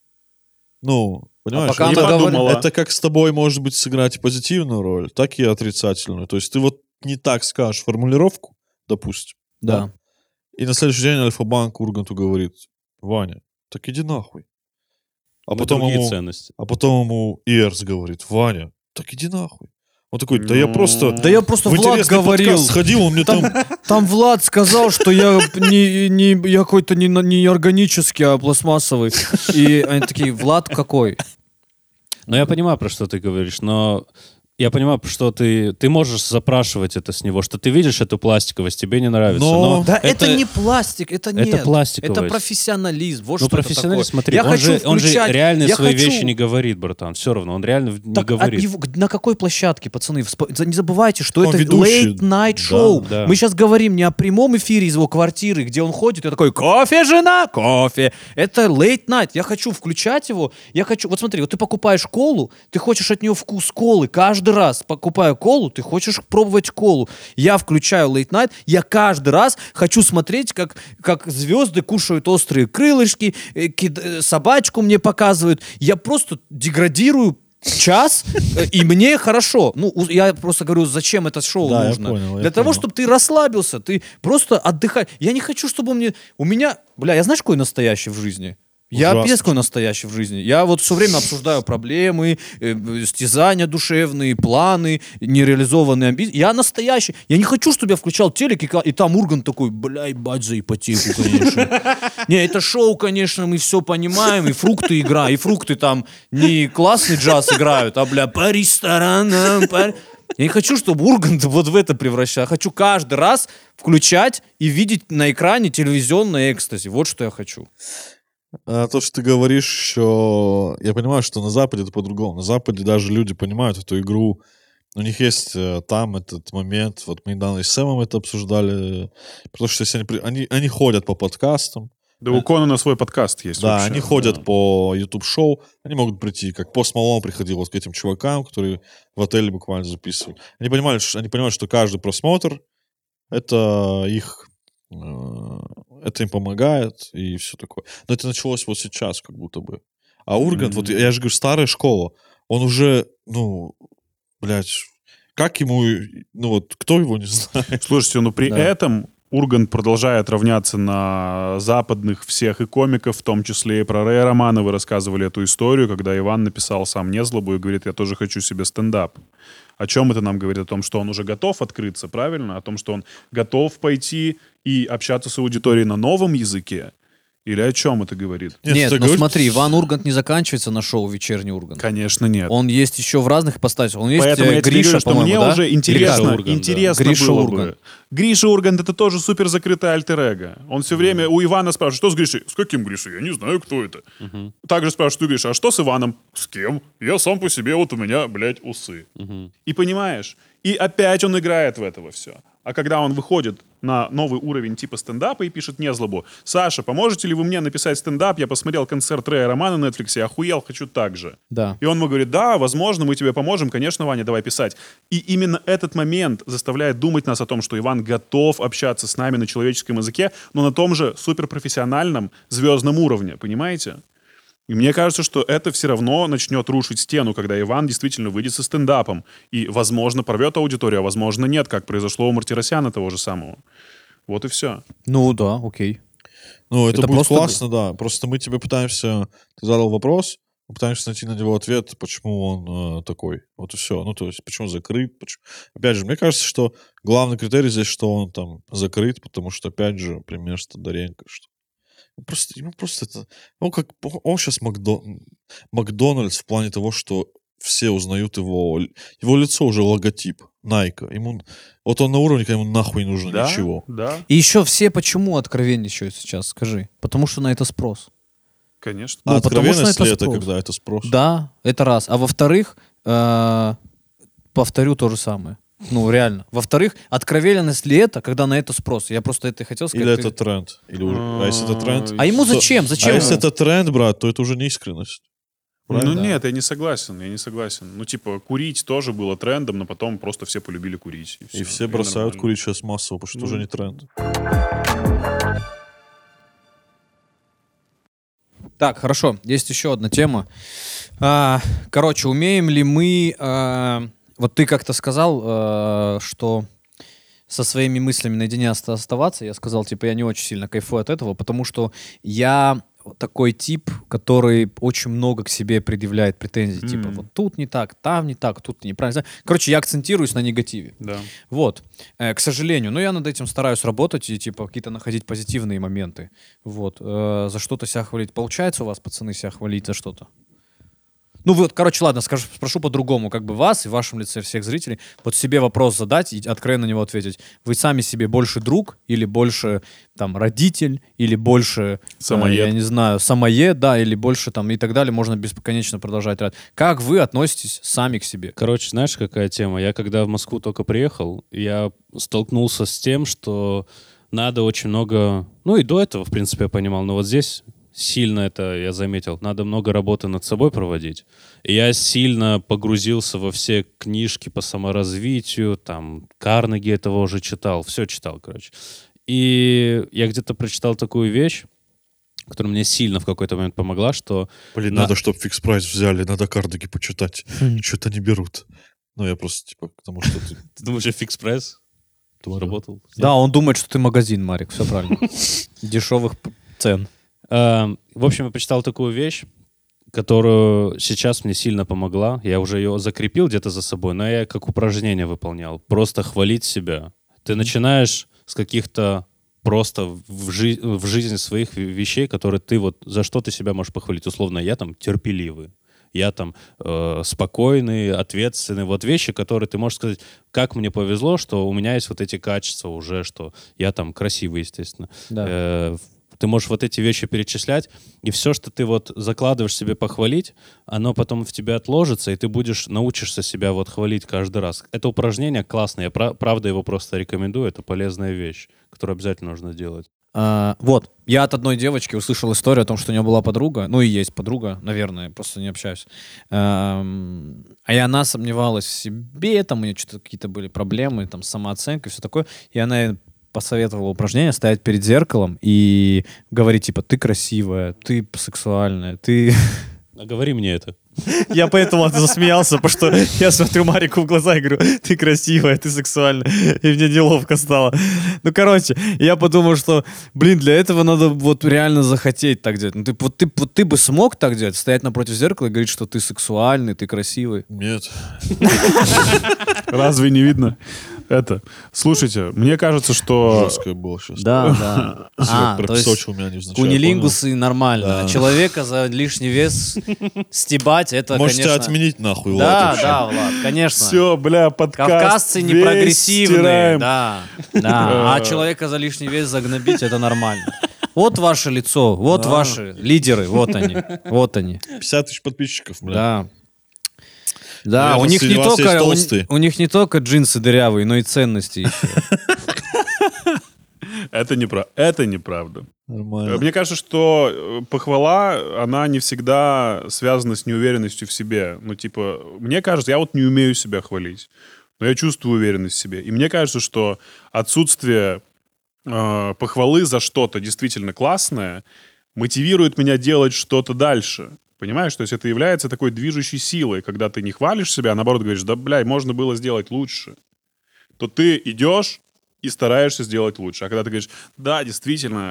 Ну, понимаешь, пока она говорила- это как с тобой может быть сыграть позитивную роль, так и отрицательную. То есть ты вот не так скажешь формулировку, допустим, Да. и на следующий день Альфа-банк Урганту говорит: Ваня, так иди нахуй. А Мы потом другие ему, ценности. Иерс говорит: Ваня, так иди нахуй. Он такой: да я Ну, просто Да я просто в Влад интересный говорил. подкаст сходил, он мне там... Там Влад сказал, что я я какой-то не органический, а пластмассовый. И они такие, Влад какой? Но я понимаю, про что ты говоришь, но я понимаю, что ты можешь запрашивать это с него, что ты видишь эту пластиковость, тебе не нравится. Но- Но Да это не пластик, это нет. пластиковость. Это профессионализм. Вот Ну, что это профессионалист, такое. смотри, Я хочу он же включать- реально я свои хочу- вещи не говорит, братан. Все равно, он реально не Так от говорит. него- на какой площадке, пацаны? Не забывайте, что Он это ведущий. late night Да, шоу. да. Мы сейчас говорим не о прямом эфире из его квартиры, где он ходит и такой: кофе, жена, кофе. Это late night. Я хочу включать его. Я хочу. Вот смотри, вот ты покупаешь колу, ты хочешь от нее вкус колы. Каждый раз, покупая колу, ты хочешь пробовать колу. Я включаю late night. Я каждый раз хочу смотреть, как звезды кушают острые крылышки, собачку мне показывают. Я просто деградирую час, и мне хорошо. Ну, я просто говорю, зачем это шоу Да, я нужно? понял, я Для того, понял. чтобы ты расслабился, ты просто отдыхай. Я не хочу, чтобы у меня, я знаешь, какой настоящий в жизни? Я Ужасно. пиздец какой настоящий в жизни. Я вот все время обсуждаю проблемы, стязания душевные, планы, нереализованные амбиции. Я настоящий. Я не хочу, чтобы я включал телек, и там Ургант такой: бля, ебать за ипотеку, конечно. Не, это шоу, конечно, мы все понимаем, и фрукты играют, и фрукты там не классный джаз играют, а, бля, по ресторанам, Я не хочу, чтобы Ургант вот в это превращал. Я хочу каждый раз включать и видеть на экране телевизионное экстази. Вот что я хочу. А то, что ты говоришь, еще... Я понимаю, что на Западе это по-другому. На Западе даже люди понимают эту игру У них есть там этот момент, вот мы недавно и с Сэмом это обсуждали, потому что если они ходят по подкастам, Да у Конана свой подкаст есть да, вообще. они ходят по YouTube-шоу, они могут прийти, как Пост Малон приходил вот к этим чувакам, которые в отеле буквально записывали. Они понимают, что каждый просмотр это их, это им помогает и все такое. Но это началось вот сейчас как будто бы. А Ургант, вот я же говорю, старая школа, он уже, блядь, как ему, вот кто его не знает. Слушайте, при этом Ургант продолжает равняться на западных всех и комиков, в том числе и про Рэя Романа. Вы рассказывали эту историю, когда Иван написал сам Незлобу и говорит, я тоже хочу себе стендап. О чем это нам говорит? О том, что он уже готов открыться, правильно? О том, что он готов пойти и общаться с аудиторией на новом языке? Или о чем это говорит? Нет, смотри, Иван Ургант не заканчивается на шоу «Вечерний Ургант». Конечно, нет. Он есть еще в разных ипостасях. Он есть Поэтому я тебе Гриша, говорю, что мне да? уже интересно Гриша было Ургант. бы. Гриша Ургант — это тоже супер закрытое альтер-эго. Он все время у Ивана спрашивает, что с Гришей? С каким Гришей? Я не знаю, кто это. Также спрашивает у Гриша, а что с Иваном? С кем? Я сам по себе, вот у меня, блядь, усы. И понимаешь? И опять он играет в этого все. А когда он выходит на новый уровень типа стендапа и пишет Незлобу, Саша, поможете ли вы мне написать стендап? Я посмотрел концерт Рэя Романа на Netflix, охуел, хочу так же. Да. И он ему говорит, да, возможно, мы тебе поможем, конечно, Ваня, давай писать. И именно этот момент заставляет думать нас о том, что Иван готов общаться с нами на человеческом языке, но на том же суперпрофессиональном звездном уровне, понимаете? И мне кажется, что это все равно начнет рушить стену, когда Иван действительно выйдет со стендапом и, возможно, порвет аудиторию, а возможно, нет, как произошло у Мартиросяна того же самого. Вот и все. Ну да, окей. Это будет классно, да. Просто мы тебе пытаемся... Ты задал вопрос, мы пытаемся найти на него ответ, почему он такой. Вот и все. То есть, почему закрыт. Почему... Опять же, мне кажется, что главный критерий здесь, что он там закрыт, потому что, опять же, пример Тодоренко, что ему просто это... Он сейчас Макдональдс в плане того, что все узнают его лицо уже логотип Nike. Вот он на уровне, когда ему нахуй не нужно ничего. Да, И еще все почему откровенничают сейчас, скажи? Потому что на это спрос. конечно. А откровенность ли это, спрос. когда это спрос? Да, это раз. А во-вторых, повторю то же самое. Реально. Во-вторых, откровенность ли это, когда на это спрос? Я просто это хотел сказать. Или это тренд? А если это тренд? А ему зачем? А если это тренд, брат, то это уже не искренность. Правильно? Нет, я не согласен. Курить тоже было трендом, но потом просто все полюбили курить. И все бросают курить сейчас массово, потому что это уже не тренд. Так, хорошо. Есть еще одна тема. Умеем ли мы... Вот ты как-то сказал, что со своими мыслями наедине оставаться. Я сказал, я не очень сильно кайфую от этого, потому что я такой тип, который очень много к себе предъявляет претензий. Вот тут не так, там не так, тут неправильно. Короче, я акцентируюсь на негативе. Да. Вот. К сожалению. Но я над этим стараюсь работать и какие-то находить позитивные моменты. Вот. За что-то себя хвалить. Получается у вас, пацаны, себя хвалить за что-то? Ладно, спрошу по-другому, вас и в вашем лице всех зрителей, себе вопрос задать и откровенно на него ответить. Вы сами себе больше друг или больше родитель, или больше, самоед. Я не знаю, самоед, да, или больше и так далее, можно бесконечно продолжать. Как вы относитесь сами к себе? Короче, знаешь, какая тема? Я когда в Москву только приехал, я столкнулся с тем, что надо очень много... и до этого, в принципе, я понимал, но вот здесь... Сильно это, я заметил, надо много работы над собой проводить. И я сильно погрузился во все книжки по саморазвитию, Карнеги этого уже читал, все читал, короче. И я где-то прочитал такую вещь, которая мне сильно в какой-то момент помогла, что... Надо, чтобы фикс прайс взяли, надо Карнеги почитать. Что-то не берут. Я просто, потому что ты... Ты думаешь, я фикс прайс работал? Да, он думает, что ты магазин, Марик, все правильно. Дешевых цен. В общем, я почитал такую вещь, которую сейчас мне сильно помогла. Я уже ее закрепил где-то за собой, но я как упражнение выполнял. Просто хвалить себя. Ты начинаешь с каких-то просто в жизни своих вещей, которые ты за что ты себя можешь похвалить. Условно, я терпеливый. Я спокойный, ответственный. Вот вещи, которые ты можешь сказать, как мне повезло, что у меня есть вот эти качества уже, что я красивый, естественно. Да. Ты можешь вот эти вещи перечислять, и все, что ты вот закладываешь себе похвалить, оно потом в тебе отложится, и ты научишься себя вот хвалить каждый раз. Это упражнение классное, я правда его просто рекомендую, это полезная вещь, которую обязательно нужно делать. Вот, я от одной девочки услышал историю о том, что у нее была подруга, ну и есть подруга, наверное, просто не общаюсь. И она сомневалась в себе, там у нее что-то какие-то были проблемы, там, с самооценкой, все такое. И она посоветовала упражнение стоять перед зеркалом и говорить, типа, ты красивая, ты сексуальная, ты... А говори мне это. Я поэтому засмеялся, потому что я смотрю Марику в глаза и говорю, ты красивая, ты сексуальная. И мне неловко стало. Ну, короче, я подумал, что, блин, для этого надо вот реально захотеть так делать. Ну, ты бы смог так делать? Стоять напротив зеркала и говорить, что ты сексуальный, ты красивый? Нет. Разве не видно? Слушайте, мне кажется, что... Жесткое было сейчас. Да. Пропесочил меня невзначай. Кунилингусы нормально. Да. Человека за лишний вес стебать, это, Можете конечно... отменить нахуй, Влад, Да, вообще. да, Влад, конечно. Все, бля, подкаст Кавказцы весь непрогрессивные, стираем. да. А человека за лишний вес загнобить, это нормально. Вот ваше лицо, вот ваши лидеры, вот они, вот они. 50 тысяч подписчиков, бля. Да. Да, Наверное, у них среди не вас есть только толстые. у них не только джинсы дырявые, но и ценности еще. Это неправда. Нормально. Мне кажется, что похвала, она не всегда связана с неуверенностью в себе. Ну, типа, мне кажется, я вот не умею себя хвалить, но я чувствую уверенность в себе. И мне кажется, что отсутствие похвалы за что-то действительно классное мотивирует меня делать что-то дальше. Понимаешь? То есть это является такой движущей силой, когда ты не хвалишь себя, а наоборот говоришь, да, блядь, можно было сделать лучше. То ты идешь и стараешься сделать лучше. А когда ты говоришь, да, действительно,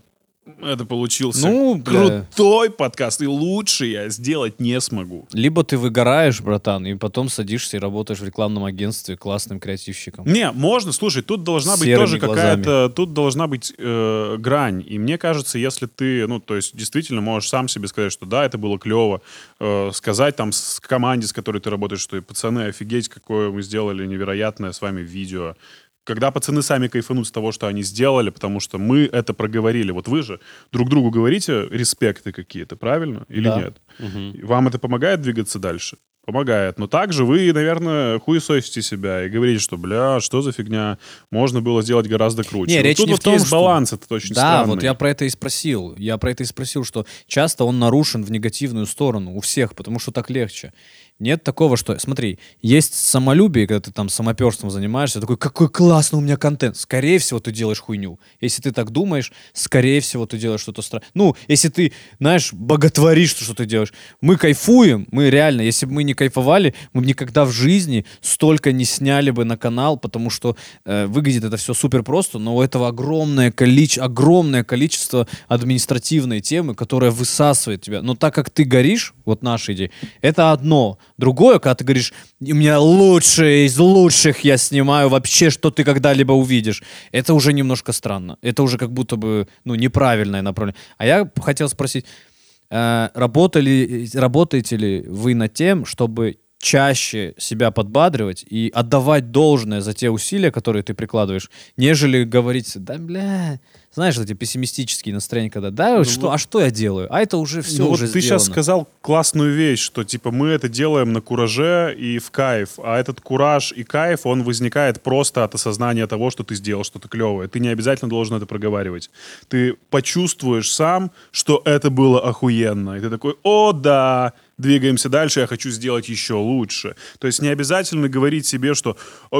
это получился крутой подкаст, и лучше я сделать не смогу. Либо ты выгораешь, братан, и потом садишься и работаешь в рекламном агентстве классным креативщиком. Не, можно, слушай, тут должна быть Серыми тоже глазами. какая-то, тут должна быть грань. И мне кажется, если ты, ну, то есть действительно можешь сам себе сказать, что да, это было клево, сказать там с команде, с которой ты работаешь, что пацаны, офигеть, какое мы сделали невероятное с вами видео. Когда пацаны сами кайфанут с того, что они сделали, потому что мы это проговорили. Вот вы же друг другу говорите респекты какие-то, правильно? Или Да. нет? Вам это помогает двигаться дальше? Помогает. Но также вы, наверное, хуесосите себя и говорите, что, бля, что за фигня? Можно было сделать гораздо круче. Не, Вот речь тут не вот в том, есть что... баланс, это очень Да, странный. вот я про это и спросил. Я про это и спросил, что часто он нарушен в негативную сторону у всех, потому что так легче. Нет такого, что... Смотри, есть самолюбие, когда ты там самоперством занимаешься, такой, какой классный у меня контент. Скорее всего, ты делаешь хуйню. Если ты так думаешь, скорее всего, ты делаешь что-то странное. Ну, если ты, знаешь, боготворишь то, что ты делаешь. Мы кайфуем, мы реально, если бы мы не кайфовали, мы бы никогда в жизни столько не сняли бы на канал, потому что выглядит это все супер просто, но у этого огромное количество административной темы, которая высасывает тебя. Но так как ты горишь, вот наша идея, это одно. Другое, когда ты говоришь, у меня лучшие из лучших я снимаю вообще, что ты когда-либо увидишь. Это уже немножко странно. Это уже как будто бы, ну, неправильное направление. А я хотел спросить, работаете ли вы над тем, чтобы чаще себя подбадривать и отдавать должное за те усилия, которые ты прикладываешь, нежели говорить, да, бля, знаешь, эти пессимистические настроения, когда, да, что я делаю? А это уже все Ну, уже вот ты сделано. сейчас сказал классную вещь, что типа мы это делаем на кураже и в кайф, а этот кураж и кайф, он возникает просто от осознания того, что ты сделал что-то клевое. Ты не обязательно должен это проговаривать. Ты почувствуешь сам, что это было охуенно. И ты такой, о, да, двигаемся дальше, я хочу сделать еще лучше. То есть не обязательно говорить себе, что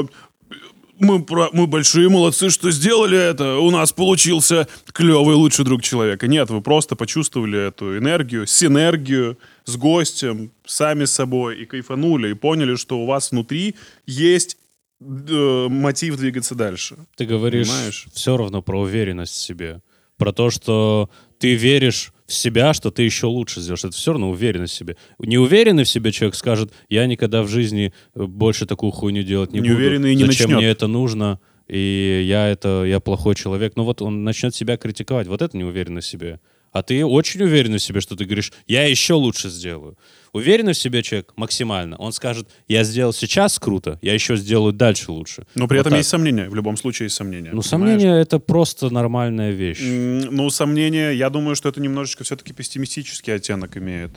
мы большие молодцы, что сделали это, у нас получился клевый лучший друг человека. Нет, вы просто почувствовали эту энергию, синергию с гостем, сами с собой и кайфанули, и поняли, что у вас внутри есть мотив двигаться дальше. Ты говоришь Понимаешь? все равно про уверенность в себе. Про то, что ты веришь в себя, что ты еще лучше сделаешь. Это все равно уверенность в себе. Неуверенный в себе человек скажет, я никогда в жизни больше такую хуйню делать не буду. Неуверенный не Зачем начнет. мне это нужно? И я плохой человек. Ну вот он начнет себя критиковать. Вот это неуверенность в себе. А ты очень уверен в себе, что ты говоришь, я еще лучше сделаю. Уверенный в себе человек максимально. Он скажет, я сделал сейчас круто, я еще сделаю дальше лучше. Но при Вот этом так. есть сомнения. В любом случае есть сомнения. Ну, понимаешь? сомнения — это просто нормальная вещь. Ну, сомнения, я думаю, что это немножечко все-таки пессимистический оттенок имеет.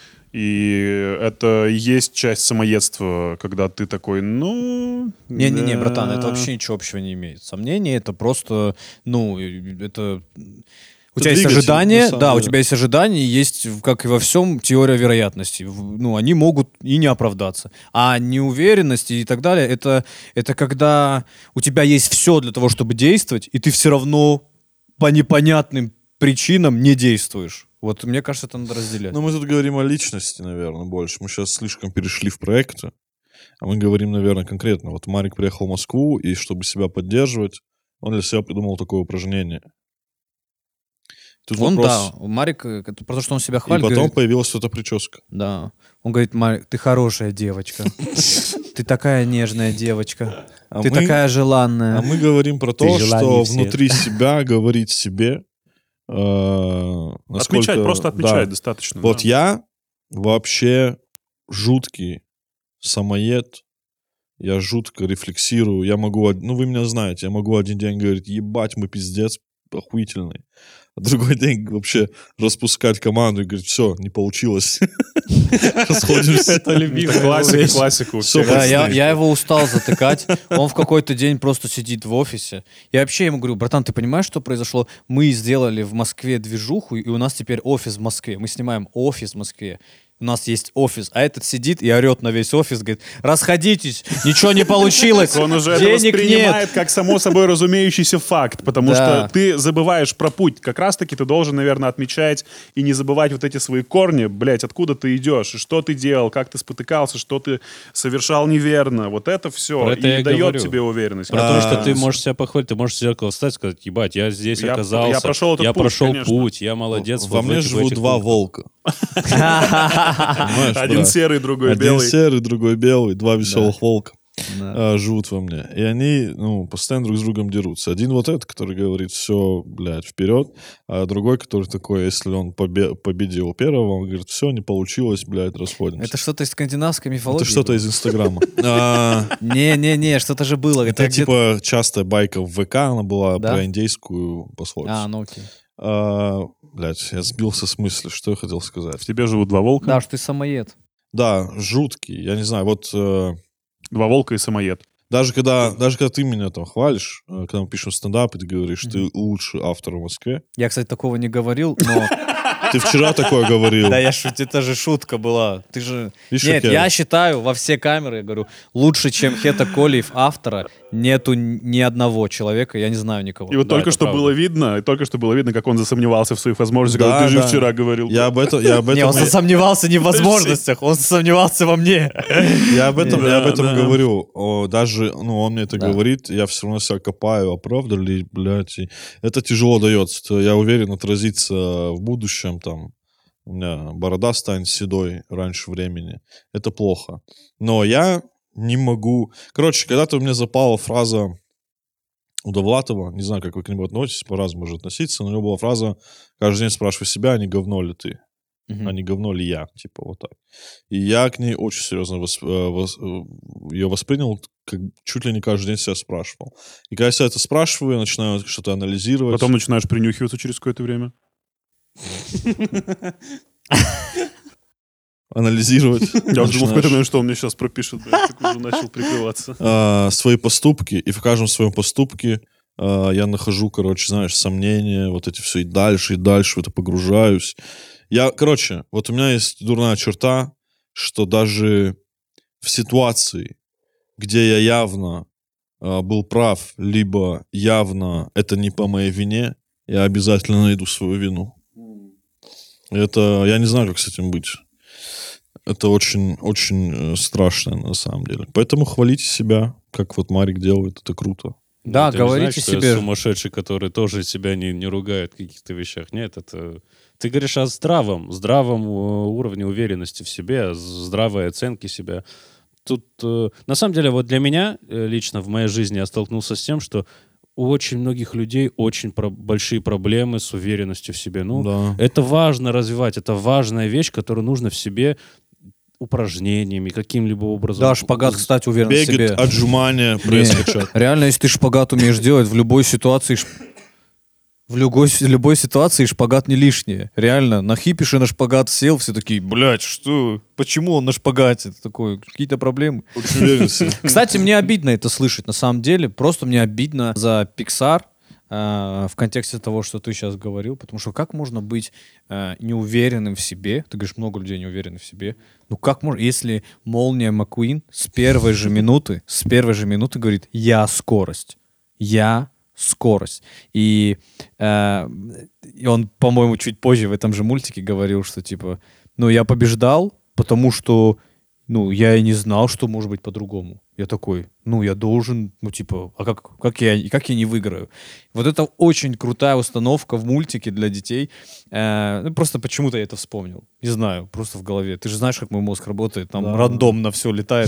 И это и есть часть самоедства, когда ты такой, ну... Не-не-не, да. братан, это вообще ничего общего не имеет. Сомнение — это просто, ну, это... У тебя есть двигатель, ожидания, на самом да, у деле. тебя есть ожидания, и есть, как и во всем, теория вероятности. Ну, они могут и не оправдаться. А неуверенность и так далее, это когда у тебя есть все для того, чтобы действовать, и ты все равно по непонятным причинам не действуешь. Вот мне кажется, это надо разделять. Ну, мы тут говорим о личности, наверное, больше. Мы сейчас слишком перешли в проекты. А мы говорим, наверное, конкретно. Вот Марик приехал в Москву, и чтобы себя поддерживать, он для себя придумал такое упражнение. Тут Он, вопрос... да, Марик, это потому что он себя И хвалит, потом говорит, появилась эта прическа. да. Он говорит, Марик, ты хорошая девочка. Ты такая нежная девочка. А Ты мы- такая желанная. А мы говорим про то, желание что всех. внутри себя говорить себе, насколько... Отмечать, просто отмечать Да. достаточно. Вот да. я вообще жуткий самоед, я жутко рефлексирую, я могу, ну вы меня знаете, я могу один день говорить, ебать, мы пиздец охуительный, а другой день вообще распускать команду и говорить, все, не получилось. Расходимся. Это любимая Это классика у Всё всех. Да, пацаны. я его устал затыкать. Он в какой-то день просто сидит в офисе. Я вообще ему говорю, братан, ты понимаешь, что произошло? Мы сделали в Москве движуху, и у нас теперь офис в Москве. Мы снимаем офис в Москве. У нас есть офис, а этот сидит и орет на весь офис, говорит, расходитесь, ничего не получилось, Он уже это денег воспринимает нет. как само собой разумеющийся факт, потому Да. что ты забываешь про путь. Как раз-таки ты должен, наверное, отмечать и не забывать вот эти свои корни, блядь, откуда ты идешь, и что ты делал, как ты спотыкался, что ты совершал неверно. Вот это все Про это и я и дает говорю. тебе уверенность. Про то, А, что ты можешь себя похвалить, ты можешь в зеркало встать и сказать, ебать, я здесь Я оказался, прошел этот я путь, прошел конечно. путь, я молодец. Во вот в мне этих- в живут этих два пунктах. волка. Понимаешь, один брат? серый, другой Один белый. серый, другой белый, два веселых волка Да. живут во мне. И они, ну, постоянно друг с другом дерутся. Один вот этот, который говорит, все, блядь, вперед, а другой, который такой, если он победил первого, он говорит, все, не получилось, блядь, расходимся. Это что-то из скандинавской мифологии? Это что-то было? из Инстаграма. Не-не-не, что-то же было. Это Это где-то- типа частая байка в ВК, она была Да? про индейскую пословицу. ну окей. Блядь, я сбился с мысли, что я хотел В сказать. тебе живут два волка. Да, что ты самоед. Да, жуткий, я не знаю, вот Два волка и самоед. даже когда ты меня там хвалишь, когда мы пишем стендап, и ты говоришь, ты лучший автор в Москве. Я, кстати, такого не говорил, но... Ты вчера такое говорил. Да, я шутил, это же шутка была. Ты же... Видишь, Нет, как я считаю во все камеры, я говорю, лучше, чем Хета Колиев автора, нету ни одного человека, я не знаю никого. И вот Да, только это что правда. было видно, как он засомневался в своих возможностях. Да, Говорит, ты же да. вчера говорил. Я об этом Не, он сомневался не в возможностях, он сомневался во мне. я об этом Да. говорю. Даже, ну, он мне это Да. говорит, я все равно себя копаю, оправдали, блядь. И это тяжело дается. Это, я уверен, отразится в будущем, там, у меня борода станет седой раньше времени. Это плохо. Но я не могу... Короче, когда-то у меня запала фраза у Довлатова, не знаю, как вы к нему относитесь, по-разному может относиться, но у него была фраза «Каждый день спрашивай себя, а не говно ли ты?» а не говно ли я, типа вот так. И я к ней очень серьезно ее воспринял, как чуть ли не каждый день себя спрашивал. И когда я себя это спрашиваю, я начинаю что-то анализировать. Потом начинаешь принюхиваться через какое-то время. Анализировать. Я уже думал в какой-то Начинаешь, момент, что он мне сейчас пропишет. блядь, так уже начал прикрываться. свои поступки, и в каждом своем поступке я нахожу, короче, знаешь, сомнения, вот эти все, и дальше в это погружаюсь. Короче, вот у меня есть дурная черта, что даже в ситуации, где я явно был прав, либо явно это не по моей вине, я обязательно найду свою вину. Это, я не знаю, как с этим быть. Это очень, очень страшно, на самом деле. Поэтому хвалите себя, как вот Марик делает, это круто. Да, Ты не говорите знаешь, что я себе. сумасшедший, который тоже себя не ругает в каких-то вещах. Нет, это... Ты говоришь о здравом уровне уверенности в себе, здравой оценке себя. Тут, на самом деле, вот для меня лично в моей жизни я столкнулся с тем, что у очень многих людей очень большие проблемы с уверенностью в себе. Ну, Да. это важно развивать, это важная вещь, которую нужно в себе упражнениями, каким-либо образом. Да, шпагат, кстати, уверен в себе. Бегать, отжимания, пресс Не, качать. реально, если ты шпагат умеешь делать, в любой ситуации... В любой ситуации шпагат не лишнее. Реально, на хипише на шпагат сел, все такие, блядь, что? Почему он на шпагате? Это такое, какие-то проблемы. Очень уверен в себе. Кстати, мне обидно это слышать, на самом деле. Просто мне обидно за Pixar в контексте того, что ты сейчас говорил. Потому что как можно быть неуверенным в себе? Ты говоришь, много людей не уверены в себе. Ну как можно, если Молния Маккуин с первой же минуты говорит, я скорость. Я скорость. И он, по-моему, чуть позже в этом же мультике говорил, что типа, ну, я побеждал, потому что, ну, я и не знал, что может быть по-другому. Я такой, ну, я должен, ну, типа, а как я не выиграю? Вот это очень крутая установка в мультике для детей. Ну, просто почему-то я это вспомнил. Не знаю, просто в голове. Ты же знаешь, как мой мозг работает, там Да. рандомно все летает.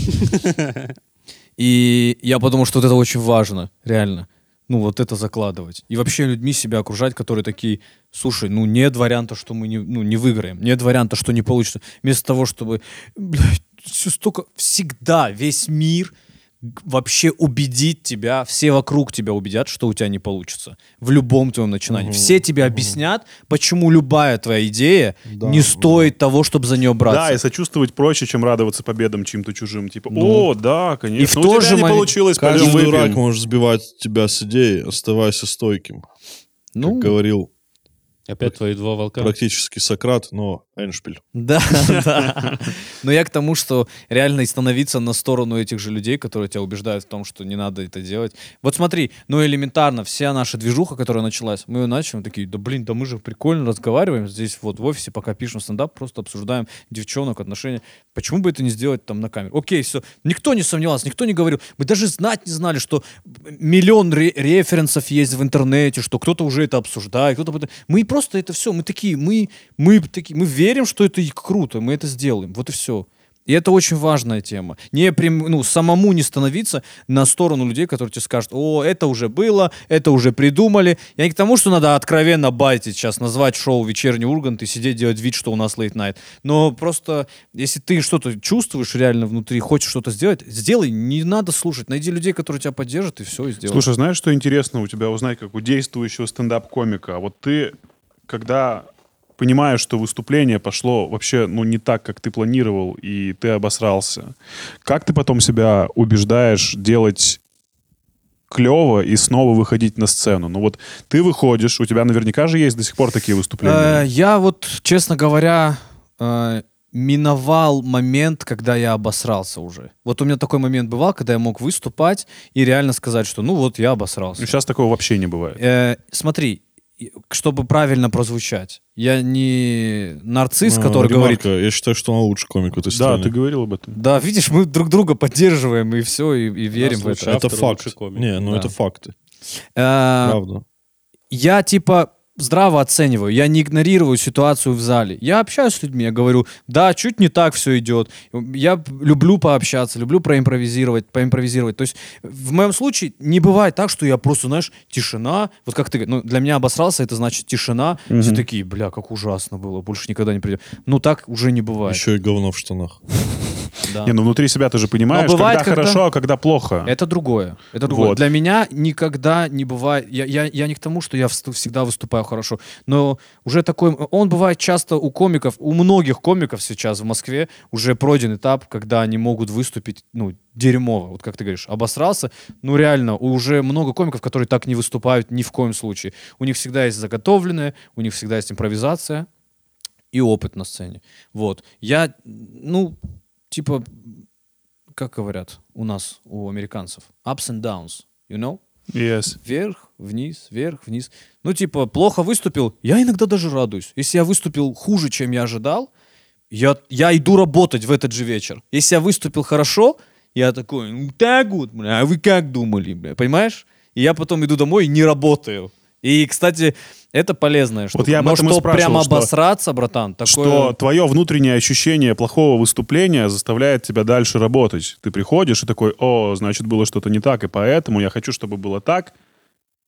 И я подумал, что вот это очень важно, реально. Ну, вот это закладывать. И вообще людьми себя окружать, которые такие, слушай, ну, нет варианта, что мы не выиграем. Нет варианта, что не получится. Вместо того, чтобы, блядь, всегда весь мир вообще убедит тебя, все вокруг тебя убедят, что у тебя не получится. В любом твоем начинании. Все тебе объяснят, почему любая твоя идея Да, не стоит того, чтобы за нее браться. Да, и сочувствовать проще, чем радоваться победам чьим-то чужим. Типа, о, да, конечно. И в у тот тебя же не момент получилось, пойдем Каждый выпьем. дурак может сбивать тебя с идеи, оставайся стойким. Ну, Как говорил Опять твои два волка. практически Сократ, но Эйншпиль. да, да. Но я к тому, что реально и становиться на сторону этих же людей, которые тебя убеждают в том, что не надо это делать. Вот смотри, ну элементарно, вся наша движуха, которая началась, мы ее начали, мы такие, да блин, да мы же прикольно разговариваем здесь вот в офисе, пока пишем стендап, просто обсуждаем девчонок, отношения. Почему бы это не сделать там на камеру? Окей, все. Никто не сомневался, никто не говорил. Мы даже знать не знали, что миллион референсов есть в интернете, что кто-то уже это обсуждает, кто-то... Мы просто это все, мы такие, мы верим, что это круто, мы это сделаем. Вот и все. И это очень важная тема. Самому не становиться на сторону людей, которые тебе скажут, о, это уже было, это уже придумали. Я не к тому, что надо откровенно байтить сейчас, назвать шоу «Вечерний Ургант» и сидеть делать вид, что у нас late night. Но просто, если ты что-то чувствуешь реально внутри, хочешь что-то сделать, сделай, не надо слушать. Найди людей, которые тебя поддержат, и все, и сделай. Слушай, знаешь, что интересно у тебя узнать, как у действующего стендап-комика? Вот ты, когда понимаешь, что выступление пошло вообще, не так, как ты планировал, и ты обосрался, как ты потом себя убеждаешь делать клево и снова выходить на сцену? Ну вот ты выходишь, у тебя наверняка же есть до сих пор такие выступления. Я вот, честно говоря, миновал момент, когда я обосрался уже. Вот у меня такой момент бывал, когда я мог выступать и реально сказать, что ну вот я обосрался. Сейчас такого вообще не бывает. Смотри, чтобы правильно прозвучать, я не нарцисс, который говорит... Я считаю, что он лучший комик в этой Да, стране. ты говорил об этом. Да, видишь, мы друг друга поддерживаем, и все, и верим в лучше это. Это автор, факт. лучший комик. Не, Да. это факты. Э, Правда. Я типа здраво оцениваю, я не игнорирую ситуацию в зале. Я общаюсь с людьми, я говорю, да, чуть не так все идет. Я люблю пообщаться, люблю поимпровизировать. То есть в моем случае не бывает так, что я просто, знаешь, тишина. Вот как ты, для меня обосрался, это значит тишина. Все такие, бля, как ужасно было, больше никогда не придет. Ну так уже не бывает. Еще и говно в штанах. Да. Не, внутри себя ты же понимаешь, Но бывает, когда хорошо, а когда плохо. Это другое. Это другое. Вот. Для меня никогда не бывает... Я не к тому, что я всегда выступаю хорошо, но уже такой... Он бывает часто у комиков, у многих комиков сейчас в Москве уже пройден этап, когда они могут выступить, дерьмово. Вот как ты говоришь, обосрался. Реально, уже много комиков, которые так не выступают ни в коем случае. У них всегда есть заготовленное, у них всегда есть импровизация и опыт на сцене. Вот. Я, типа, как говорят у нас, у американцев, ups and downs, you know? Yes. Вверх, вниз, вверх, вниз. Типа, плохо выступил, я иногда даже радуюсь. Если я выступил хуже, чем я ожидал, я иду работать в этот же вечер. Если я выступил хорошо, я такой, так вот, а вы как думали, бля, понимаешь? И я потом иду домой и не работаю. И, кстати, это полезная штука. Вот я об Но этом и что спрашивал, прямо что- обосраться, братан, такое... Что твое внутреннее ощущение плохого выступления заставляет тебя дальше работать. Ты приходишь и такой, о, значит, было что-то не так, и поэтому я хочу, чтобы было так.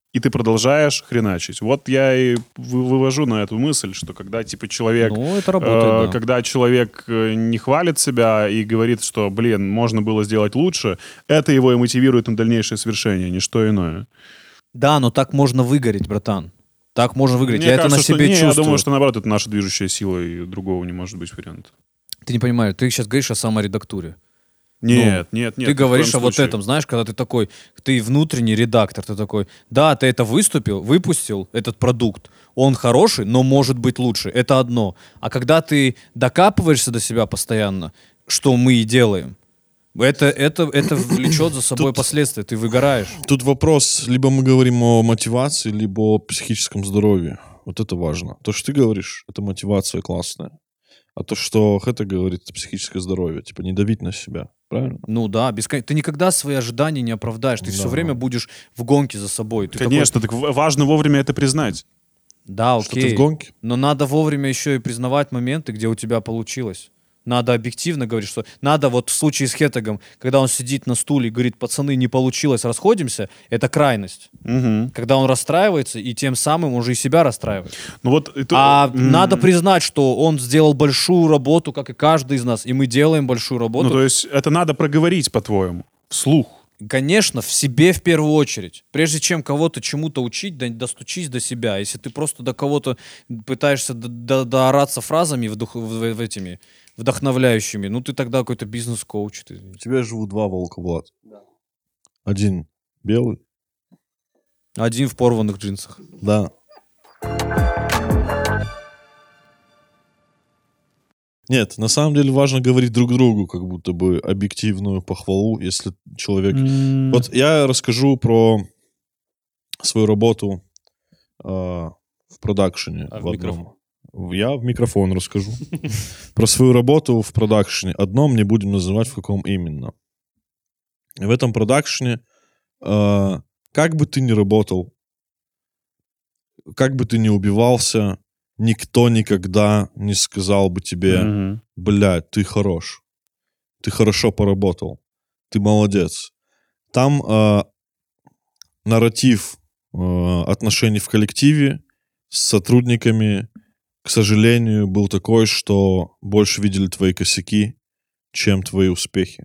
и ты продолжаешь хреначить. Вот я и вывожу на эту мысль, что когда, типа, человек... Ну, это работает, да. Когда человек не хвалит себя и говорит, что, блин, можно было сделать лучше, это его и мотивирует на дальнейшее свершение, ничто иное. Да, но так можно выгореть, братан. Так можно выгореть. Мне Я кажется, это на себе что, чувствую. Я думаю, что, наоборот, это наша движущая сила, и другого не может быть варианта. Ты не понимаешь, ты сейчас говоришь о саморедактуре. Нет. Ты говоришь о вот этом, знаешь, когда ты такой, ты внутренний редактор, ты такой, да, ты это выпустил, этот продукт, он хороший, но может быть лучше, это одно. А когда ты докапываешься до себя постоянно, что мы и делаем, это влечет за собой последствия, ты выгораешь. Тут вопрос, либо мы говорим о мотивации, либо о психическом здоровье. Вот это важно. То, что ты говоришь, это мотивация классная. А то, что это говорит, это психическое здоровье. Типа не давить на себя. Правильно? Ну да, ты никогда свои ожидания не оправдаешь. Ты все Да. время будешь в гонке за собой. Ты Конечно, так важно вовремя это признать. Да, Что ты окей. в гонке? Но надо вовремя еще и признавать моменты, где у тебя получилось. Надо объективно говорить, что надо вот в случае с Хеттегом, когда он сидит на стуле и говорит, пацаны, не получилось, расходимся, это крайность. Угу. Когда он расстраивается, и тем самым уже и себя расстраивает. Ну вот, Надо признать, что он сделал большую работу, как и каждый из нас, и мы делаем большую работу. Ну, то есть это надо проговорить, по-твоему, вслух. Конечно, в себе в первую очередь. Прежде чем кого-то чему-то учить, достучись до себя. Если ты просто до кого-то пытаешься доораться фразами этими вдохновляющими, ну ты тогда какой-то бизнес-коуч. У тебя живут два волка, Влад. Да. Один белый. Один в порванных джинсах. Да. Нет, на самом деле важно говорить друг другу как будто бы объективную похвалу, если человек... Вот я расскажу про свою работу в продакшене. А в одном. микрофон? Я в микрофон расскажу. Про свою работу в продакшене. Одном не будем называть, в каком именно. В этом продакшене, как бы ты ни работал, как бы ты ни убивался, никто никогда не сказал бы тебе, блядь, ты хорош, ты хорошо поработал, ты молодец. Там нарратив отношений в коллективе с сотрудниками, к сожалению, был такой, что больше видели твои косяки, чем твои успехи.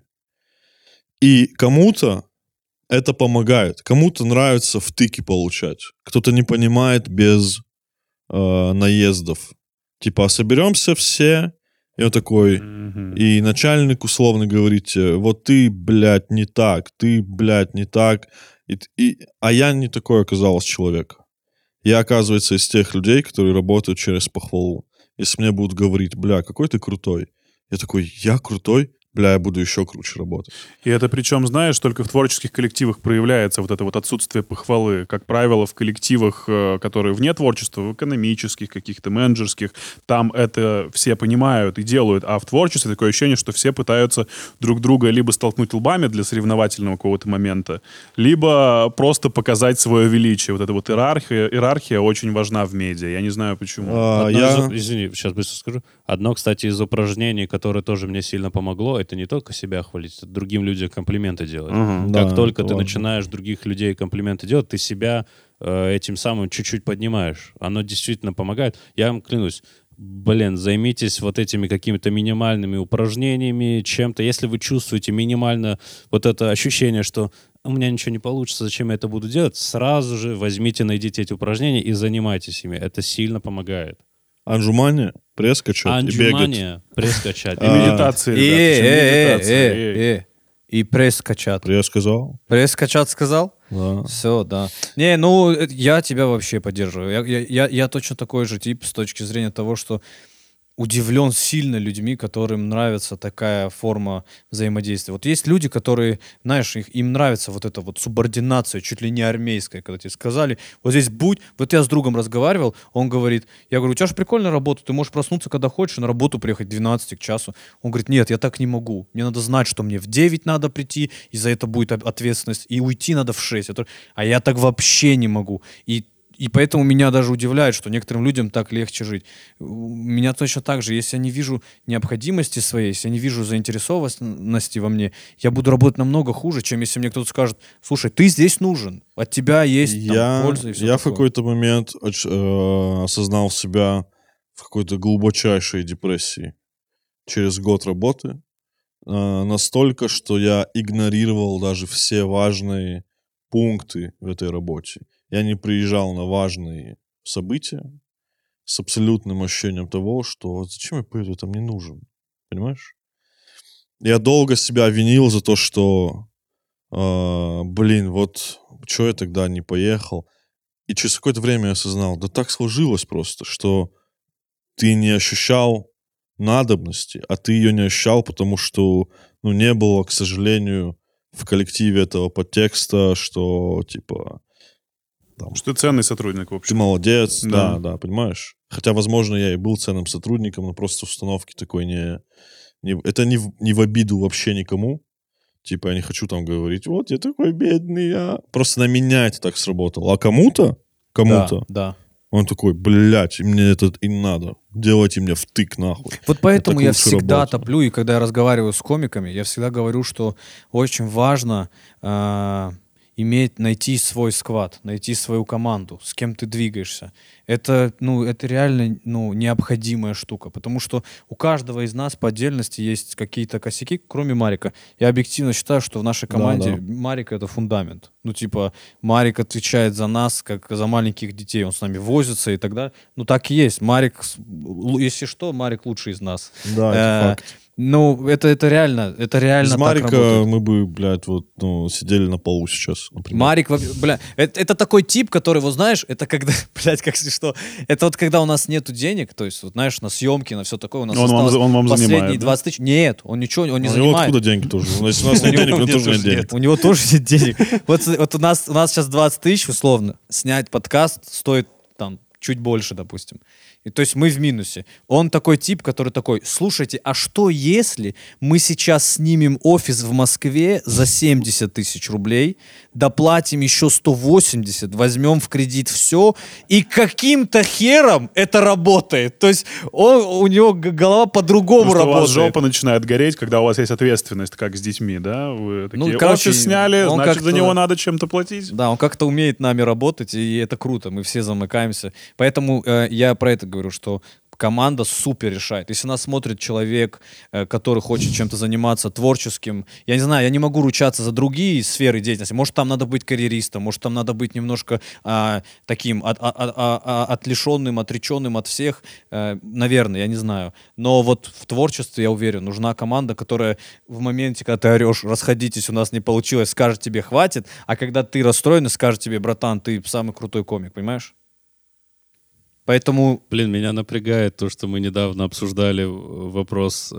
И кому-то это помогает, кому-то нравится втыки получать, кто-то не понимает без наездов. Типа, а соберемся все, и он такой, и начальник условно говорит, вот ты, блядь, не так, ты, блядь, не так. А я не такой оказался человек. Я, оказывается, из тех людей, которые работают через похвалу. Если мне будут говорить, бля, какой ты крутой, я такой, я крутой? Бля, я буду еще круче работать. И это причем, знаешь, только в творческих коллективах проявляется вот это вот отсутствие похвалы. Как правило, в коллективах, которые вне творчества, в экономических, каких-то менеджерских, там это все понимают и делают. А в творчестве такое ощущение, что все пытаются друг друга либо столкнуть лбами для соревновательного какого-то момента, либо просто показать свое величие. Вот эта вот иерархия очень важна в медиа. Я не знаю, почему. Извини, сейчас быстро скажу. Одно, кстати, из упражнений, которое тоже мне сильно помогло, это не только себя хвалить, это другим людям комплименты делать. Как только ты начинаешь других людей комплименты делать, ты себя этим самым чуть-чуть поднимаешь. Оно действительно помогает. Я вам клянусь, займитесь вот этими какими-то минимальными упражнениями, чем-то. Если вы чувствуете минимально вот это ощущение, что у меня ничего не получится, зачем я это буду делать, сразу же возьмите, найдите эти упражнения и занимайтесь ими. Это сильно помогает. Анжумания, пресс качать и бегать. Анжумания, пресс качать. И медитация, ребята. И пресс качат. Пресс сказал? Пресс качат сказал? Да. Все, да. Не, ну, я тебя вообще поддерживаю. Я точно такой же тип с точки зрения того, что удивлен сильно людьми, которым нравится такая форма взаимодействия. Вот есть люди, которые, знаешь, им нравится вот эта вот субординация, чуть ли не армейская, когда тебе сказали, вот здесь будь, вот я с другом разговаривал, он говорит, я говорю, у тебя же прикольная работа, ты можешь проснуться, когда хочешь, и на работу приехать к 12 к часу. Он говорит, нет, я так не могу, мне надо знать, что мне в 9 надо прийти, и за это будет ответственность, и уйти надо в 6. А я так вообще не могу. И И поэтому меня даже удивляет, что некоторым людям так легче жить. Меня точно так же, если я не вижу необходимости своей, если я не вижу заинтересованности во мне, я буду работать намного хуже, чем если мне кто-то скажет: слушай, ты здесь нужен, от тебя есть там, польза и все Я такое. в какой-то момент осознал себя в какой-то глубочайшей депрессии через год работы. Настолько, что я игнорировал даже все важные пункты в этой работе. Я не приезжал на важные события с абсолютным ощущением того, что зачем я поеду, я там не нужен. Понимаешь? Я долго себя винил за то, что вот что я тогда не поехал. И через какое-то время я осознал, да так сложилось просто, что ты не ощущал надобности, а ты ее не ощущал, потому что, не было, к сожалению, в коллективе этого подтекста, что, типа... Что ты ценный сотрудник, в Ты общем. молодец, Да. да, понимаешь? Хотя, возможно, я и был ценным сотрудником, но просто установки такой это не в обиду вообще никому. Типа, я не хочу там говорить, вот я такой бедный, я... Просто на меня это так сработало. А кому-то, Да. он такой, блядь, мне это и надо. Делайте мне втык, нахуй. Вот поэтому так я лучше всегда работаю. топлю, и когда я разговариваю с комиками, я всегда говорю, что очень важно найти свой сквад, найти свою команду, с кем ты двигаешься. Это реально, необходимая штука, потому что у каждого из нас по отдельности есть какие-то косяки, кроме Марика. Я объективно считаю, что в нашей команде Марик — это фундамент. Марик отвечает за нас, как за маленьких детей. Он с нами возится и так далее. Так и есть. Марик, если что, Марик лучший из нас. Да, это факт. Это реально Без так Марика работает. мы бы, блядь, сидели на полу сейчас, например. Марик, это такой тип, который, вот знаешь, это когда, блядь, как что, это вот когда у нас нету денег, то есть, вот знаешь, на съемки, на все такое, у нас осталось он вам последние занимает, да? 20 тысяч. Нет, он ничего, он не У него занимает. откуда деньги тоже? Если у нас нет денег, у него тоже нет денег. У него тоже нет денег. Вот у нас сейчас 20 тысяч, условно, снять подкаст стоит там чуть больше, допустим. И, то есть мы в минусе. Он такой тип, который такой: слушайте, а что если мы сейчас снимем офис в Москве за 70 тысяч рублей, доплатим еще 180, возьмем в кредит все, и каким-то хером это работает. То есть у него голова по-другому Потому что у вас работает. жопа начинает гореть, когда у вас есть ответственность, как с детьми, да? Вы такие, короче, офис сняли, он значит, за как-то- него надо чем-то платить. Да, он как-то умеет нами работать, и это круто, мы все замыкаемся. Поэтому я про это говорю, что команда супер решает. Если нас смотрит человек, который хочет чем-то заниматься творческим, я не знаю, я не могу ручаться за другие сферы деятельности. Может, там надо быть карьеристом, может, там надо быть немножко таким отлишенным, отреченным от всех, наверное, я не знаю. Но вот в творчестве, я уверен, нужна команда, которая в моменте, когда ты орешь: расходитесь, у нас не получилось, скажет тебе хватит, а когда ты расстроен, скажет тебе: братан, ты самый крутой комик, понимаешь? Поэтому... Блин, меня напрягает то, что мы недавно обсуждали вопрос,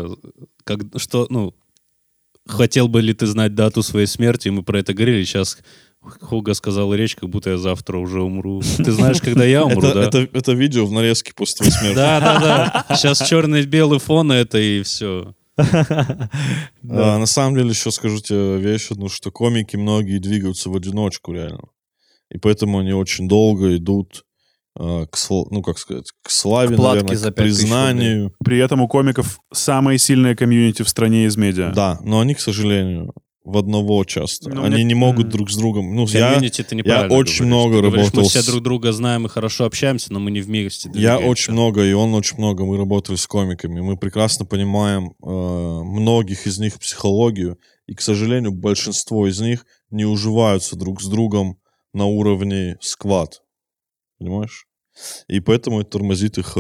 хотел бы ли ты знать дату своей смерти, и мы про это говорили. Сейчас Хуга сказал речь, как будто я завтра уже умру. Ты знаешь, когда я умру, да? Это видео в нарезке после твоей смерти. Да. Сейчас черный-белый фон это и все. На самом деле, еще скажу тебе вещь одну, что комики многие двигаются в одиночку реально. И поэтому они очень долго идут к славе, К платке наверное, за к 5000 признанию. При этом у комиков самое сильное комьюнити в стране из медиа. Да, но они, к сожалению, в одного часто. Ну, Они мне- не могут друг с другом. Комьюнити ты неправильно очень говоришь. много Ты говоришь, работал мы все с- друг друга знаем и хорошо общаемся, но мы не вместе. Я двигаемся. очень много, и он очень много. Мы работали с комиками. Мы прекрасно понимаем многих из них психологию. И, к сожалению, большинство из них не уживаются друг с другом на уровне сквад. Понимаешь? И поэтому это тормозит их...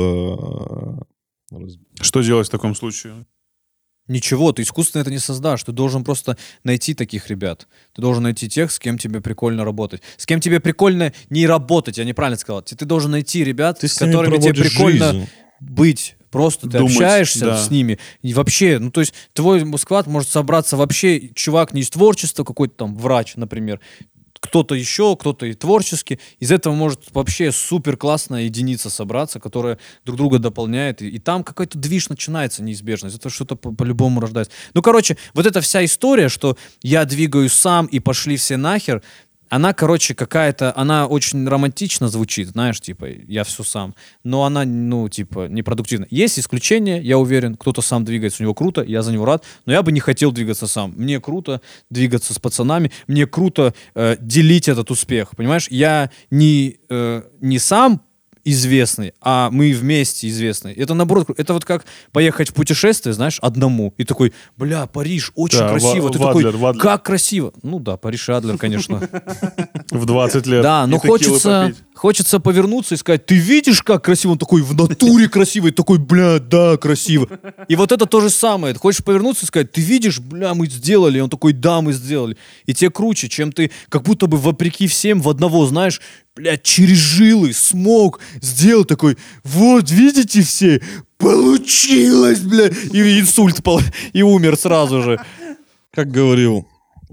Что делать в таком случае? Ничего, ты искусственно это не создашь. Ты должен просто найти таких ребят. Ты должен найти тех, с кем тебе прикольно работать. С кем тебе прикольно не работать, я неправильно сказал. Ты должен найти ребят, Ты с с ними которыми тебе проводишь прикольно жизнь. быть. Просто ты Думать, общаешься да. с ними. И вообще, то есть твой сквад может собраться вообще чувак не из творчества, какой-то там врач, например. Кто-то еще, кто-то и творческий. Из этого может вообще супер классная единица собраться, которая друг друга дополняет. И там какой-то движ начинается неизбежно. Это что-то по-любому рождается. Короче, вот эта вся история, что я двигаюсь сам и пошли все нахер, Она, короче, какая-то... Она очень романтично звучит, знаешь, типа, я все сам. Но она, ну, типа, непродуктивна. Есть исключения, я уверен. Кто-то сам двигается, у него круто, я за него рад. Но я бы не хотел двигаться сам. Мне круто двигаться с пацанами. Мне круто делить этот успех, понимаешь? Я не сам известный, а мы вместе известные. Это наоборот, это вот как поехать в путешествие, знаешь, одному. И такой, бля, Париж, очень Да, красиво. Ты Адлер, такой, в Адлер. как красиво. Ну да, Париж и Адлер, конечно. В 20 лет. Да, но И текилы попить. хочется повернуться и сказать, ты видишь, как красиво? Он такой, в натуре красивый, такой, бля, да, красиво. И вот это то же самое. Ты хочешь повернуться и сказать, ты видишь, бля, мы сделали. И он такой, да, мы сделали. И тебе круче, чем ты как будто бы вопреки всем в одного, знаешь, блядь, через жилы смог, сделал такой, вот, видите все, получилось, бля. И инсульт, и умер сразу же. Как говорил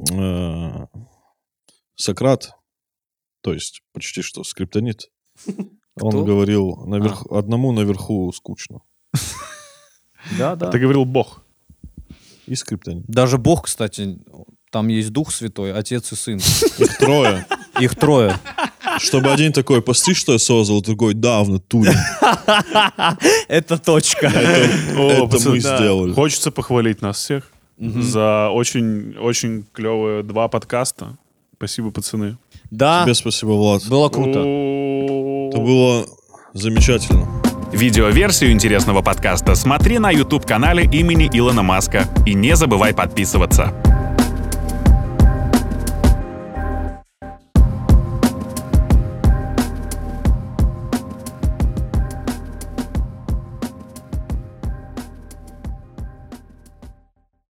Сократ, то есть почти что скриптонит, он говорил, одному наверху скучно. Да, да. Это говорил Бог. И скриптонит. Даже Бог, кстати, там есть Дух Святой, Отец и Сын. Их трое. Их трое. Чтобы один такой, посмотри, что я создал, другой, да, в натуре. Это точка. Это пацаны, мы сделали. Хочется похвалить нас всех за очень клевые 2 подкаста. Спасибо, пацаны. Да, Тебе спасибо, Влад. было круто. Это было замечательно. Видеоверсию интересного подкаста смотри на YouTube-канале имени Илона Маска. И не забывай подписываться.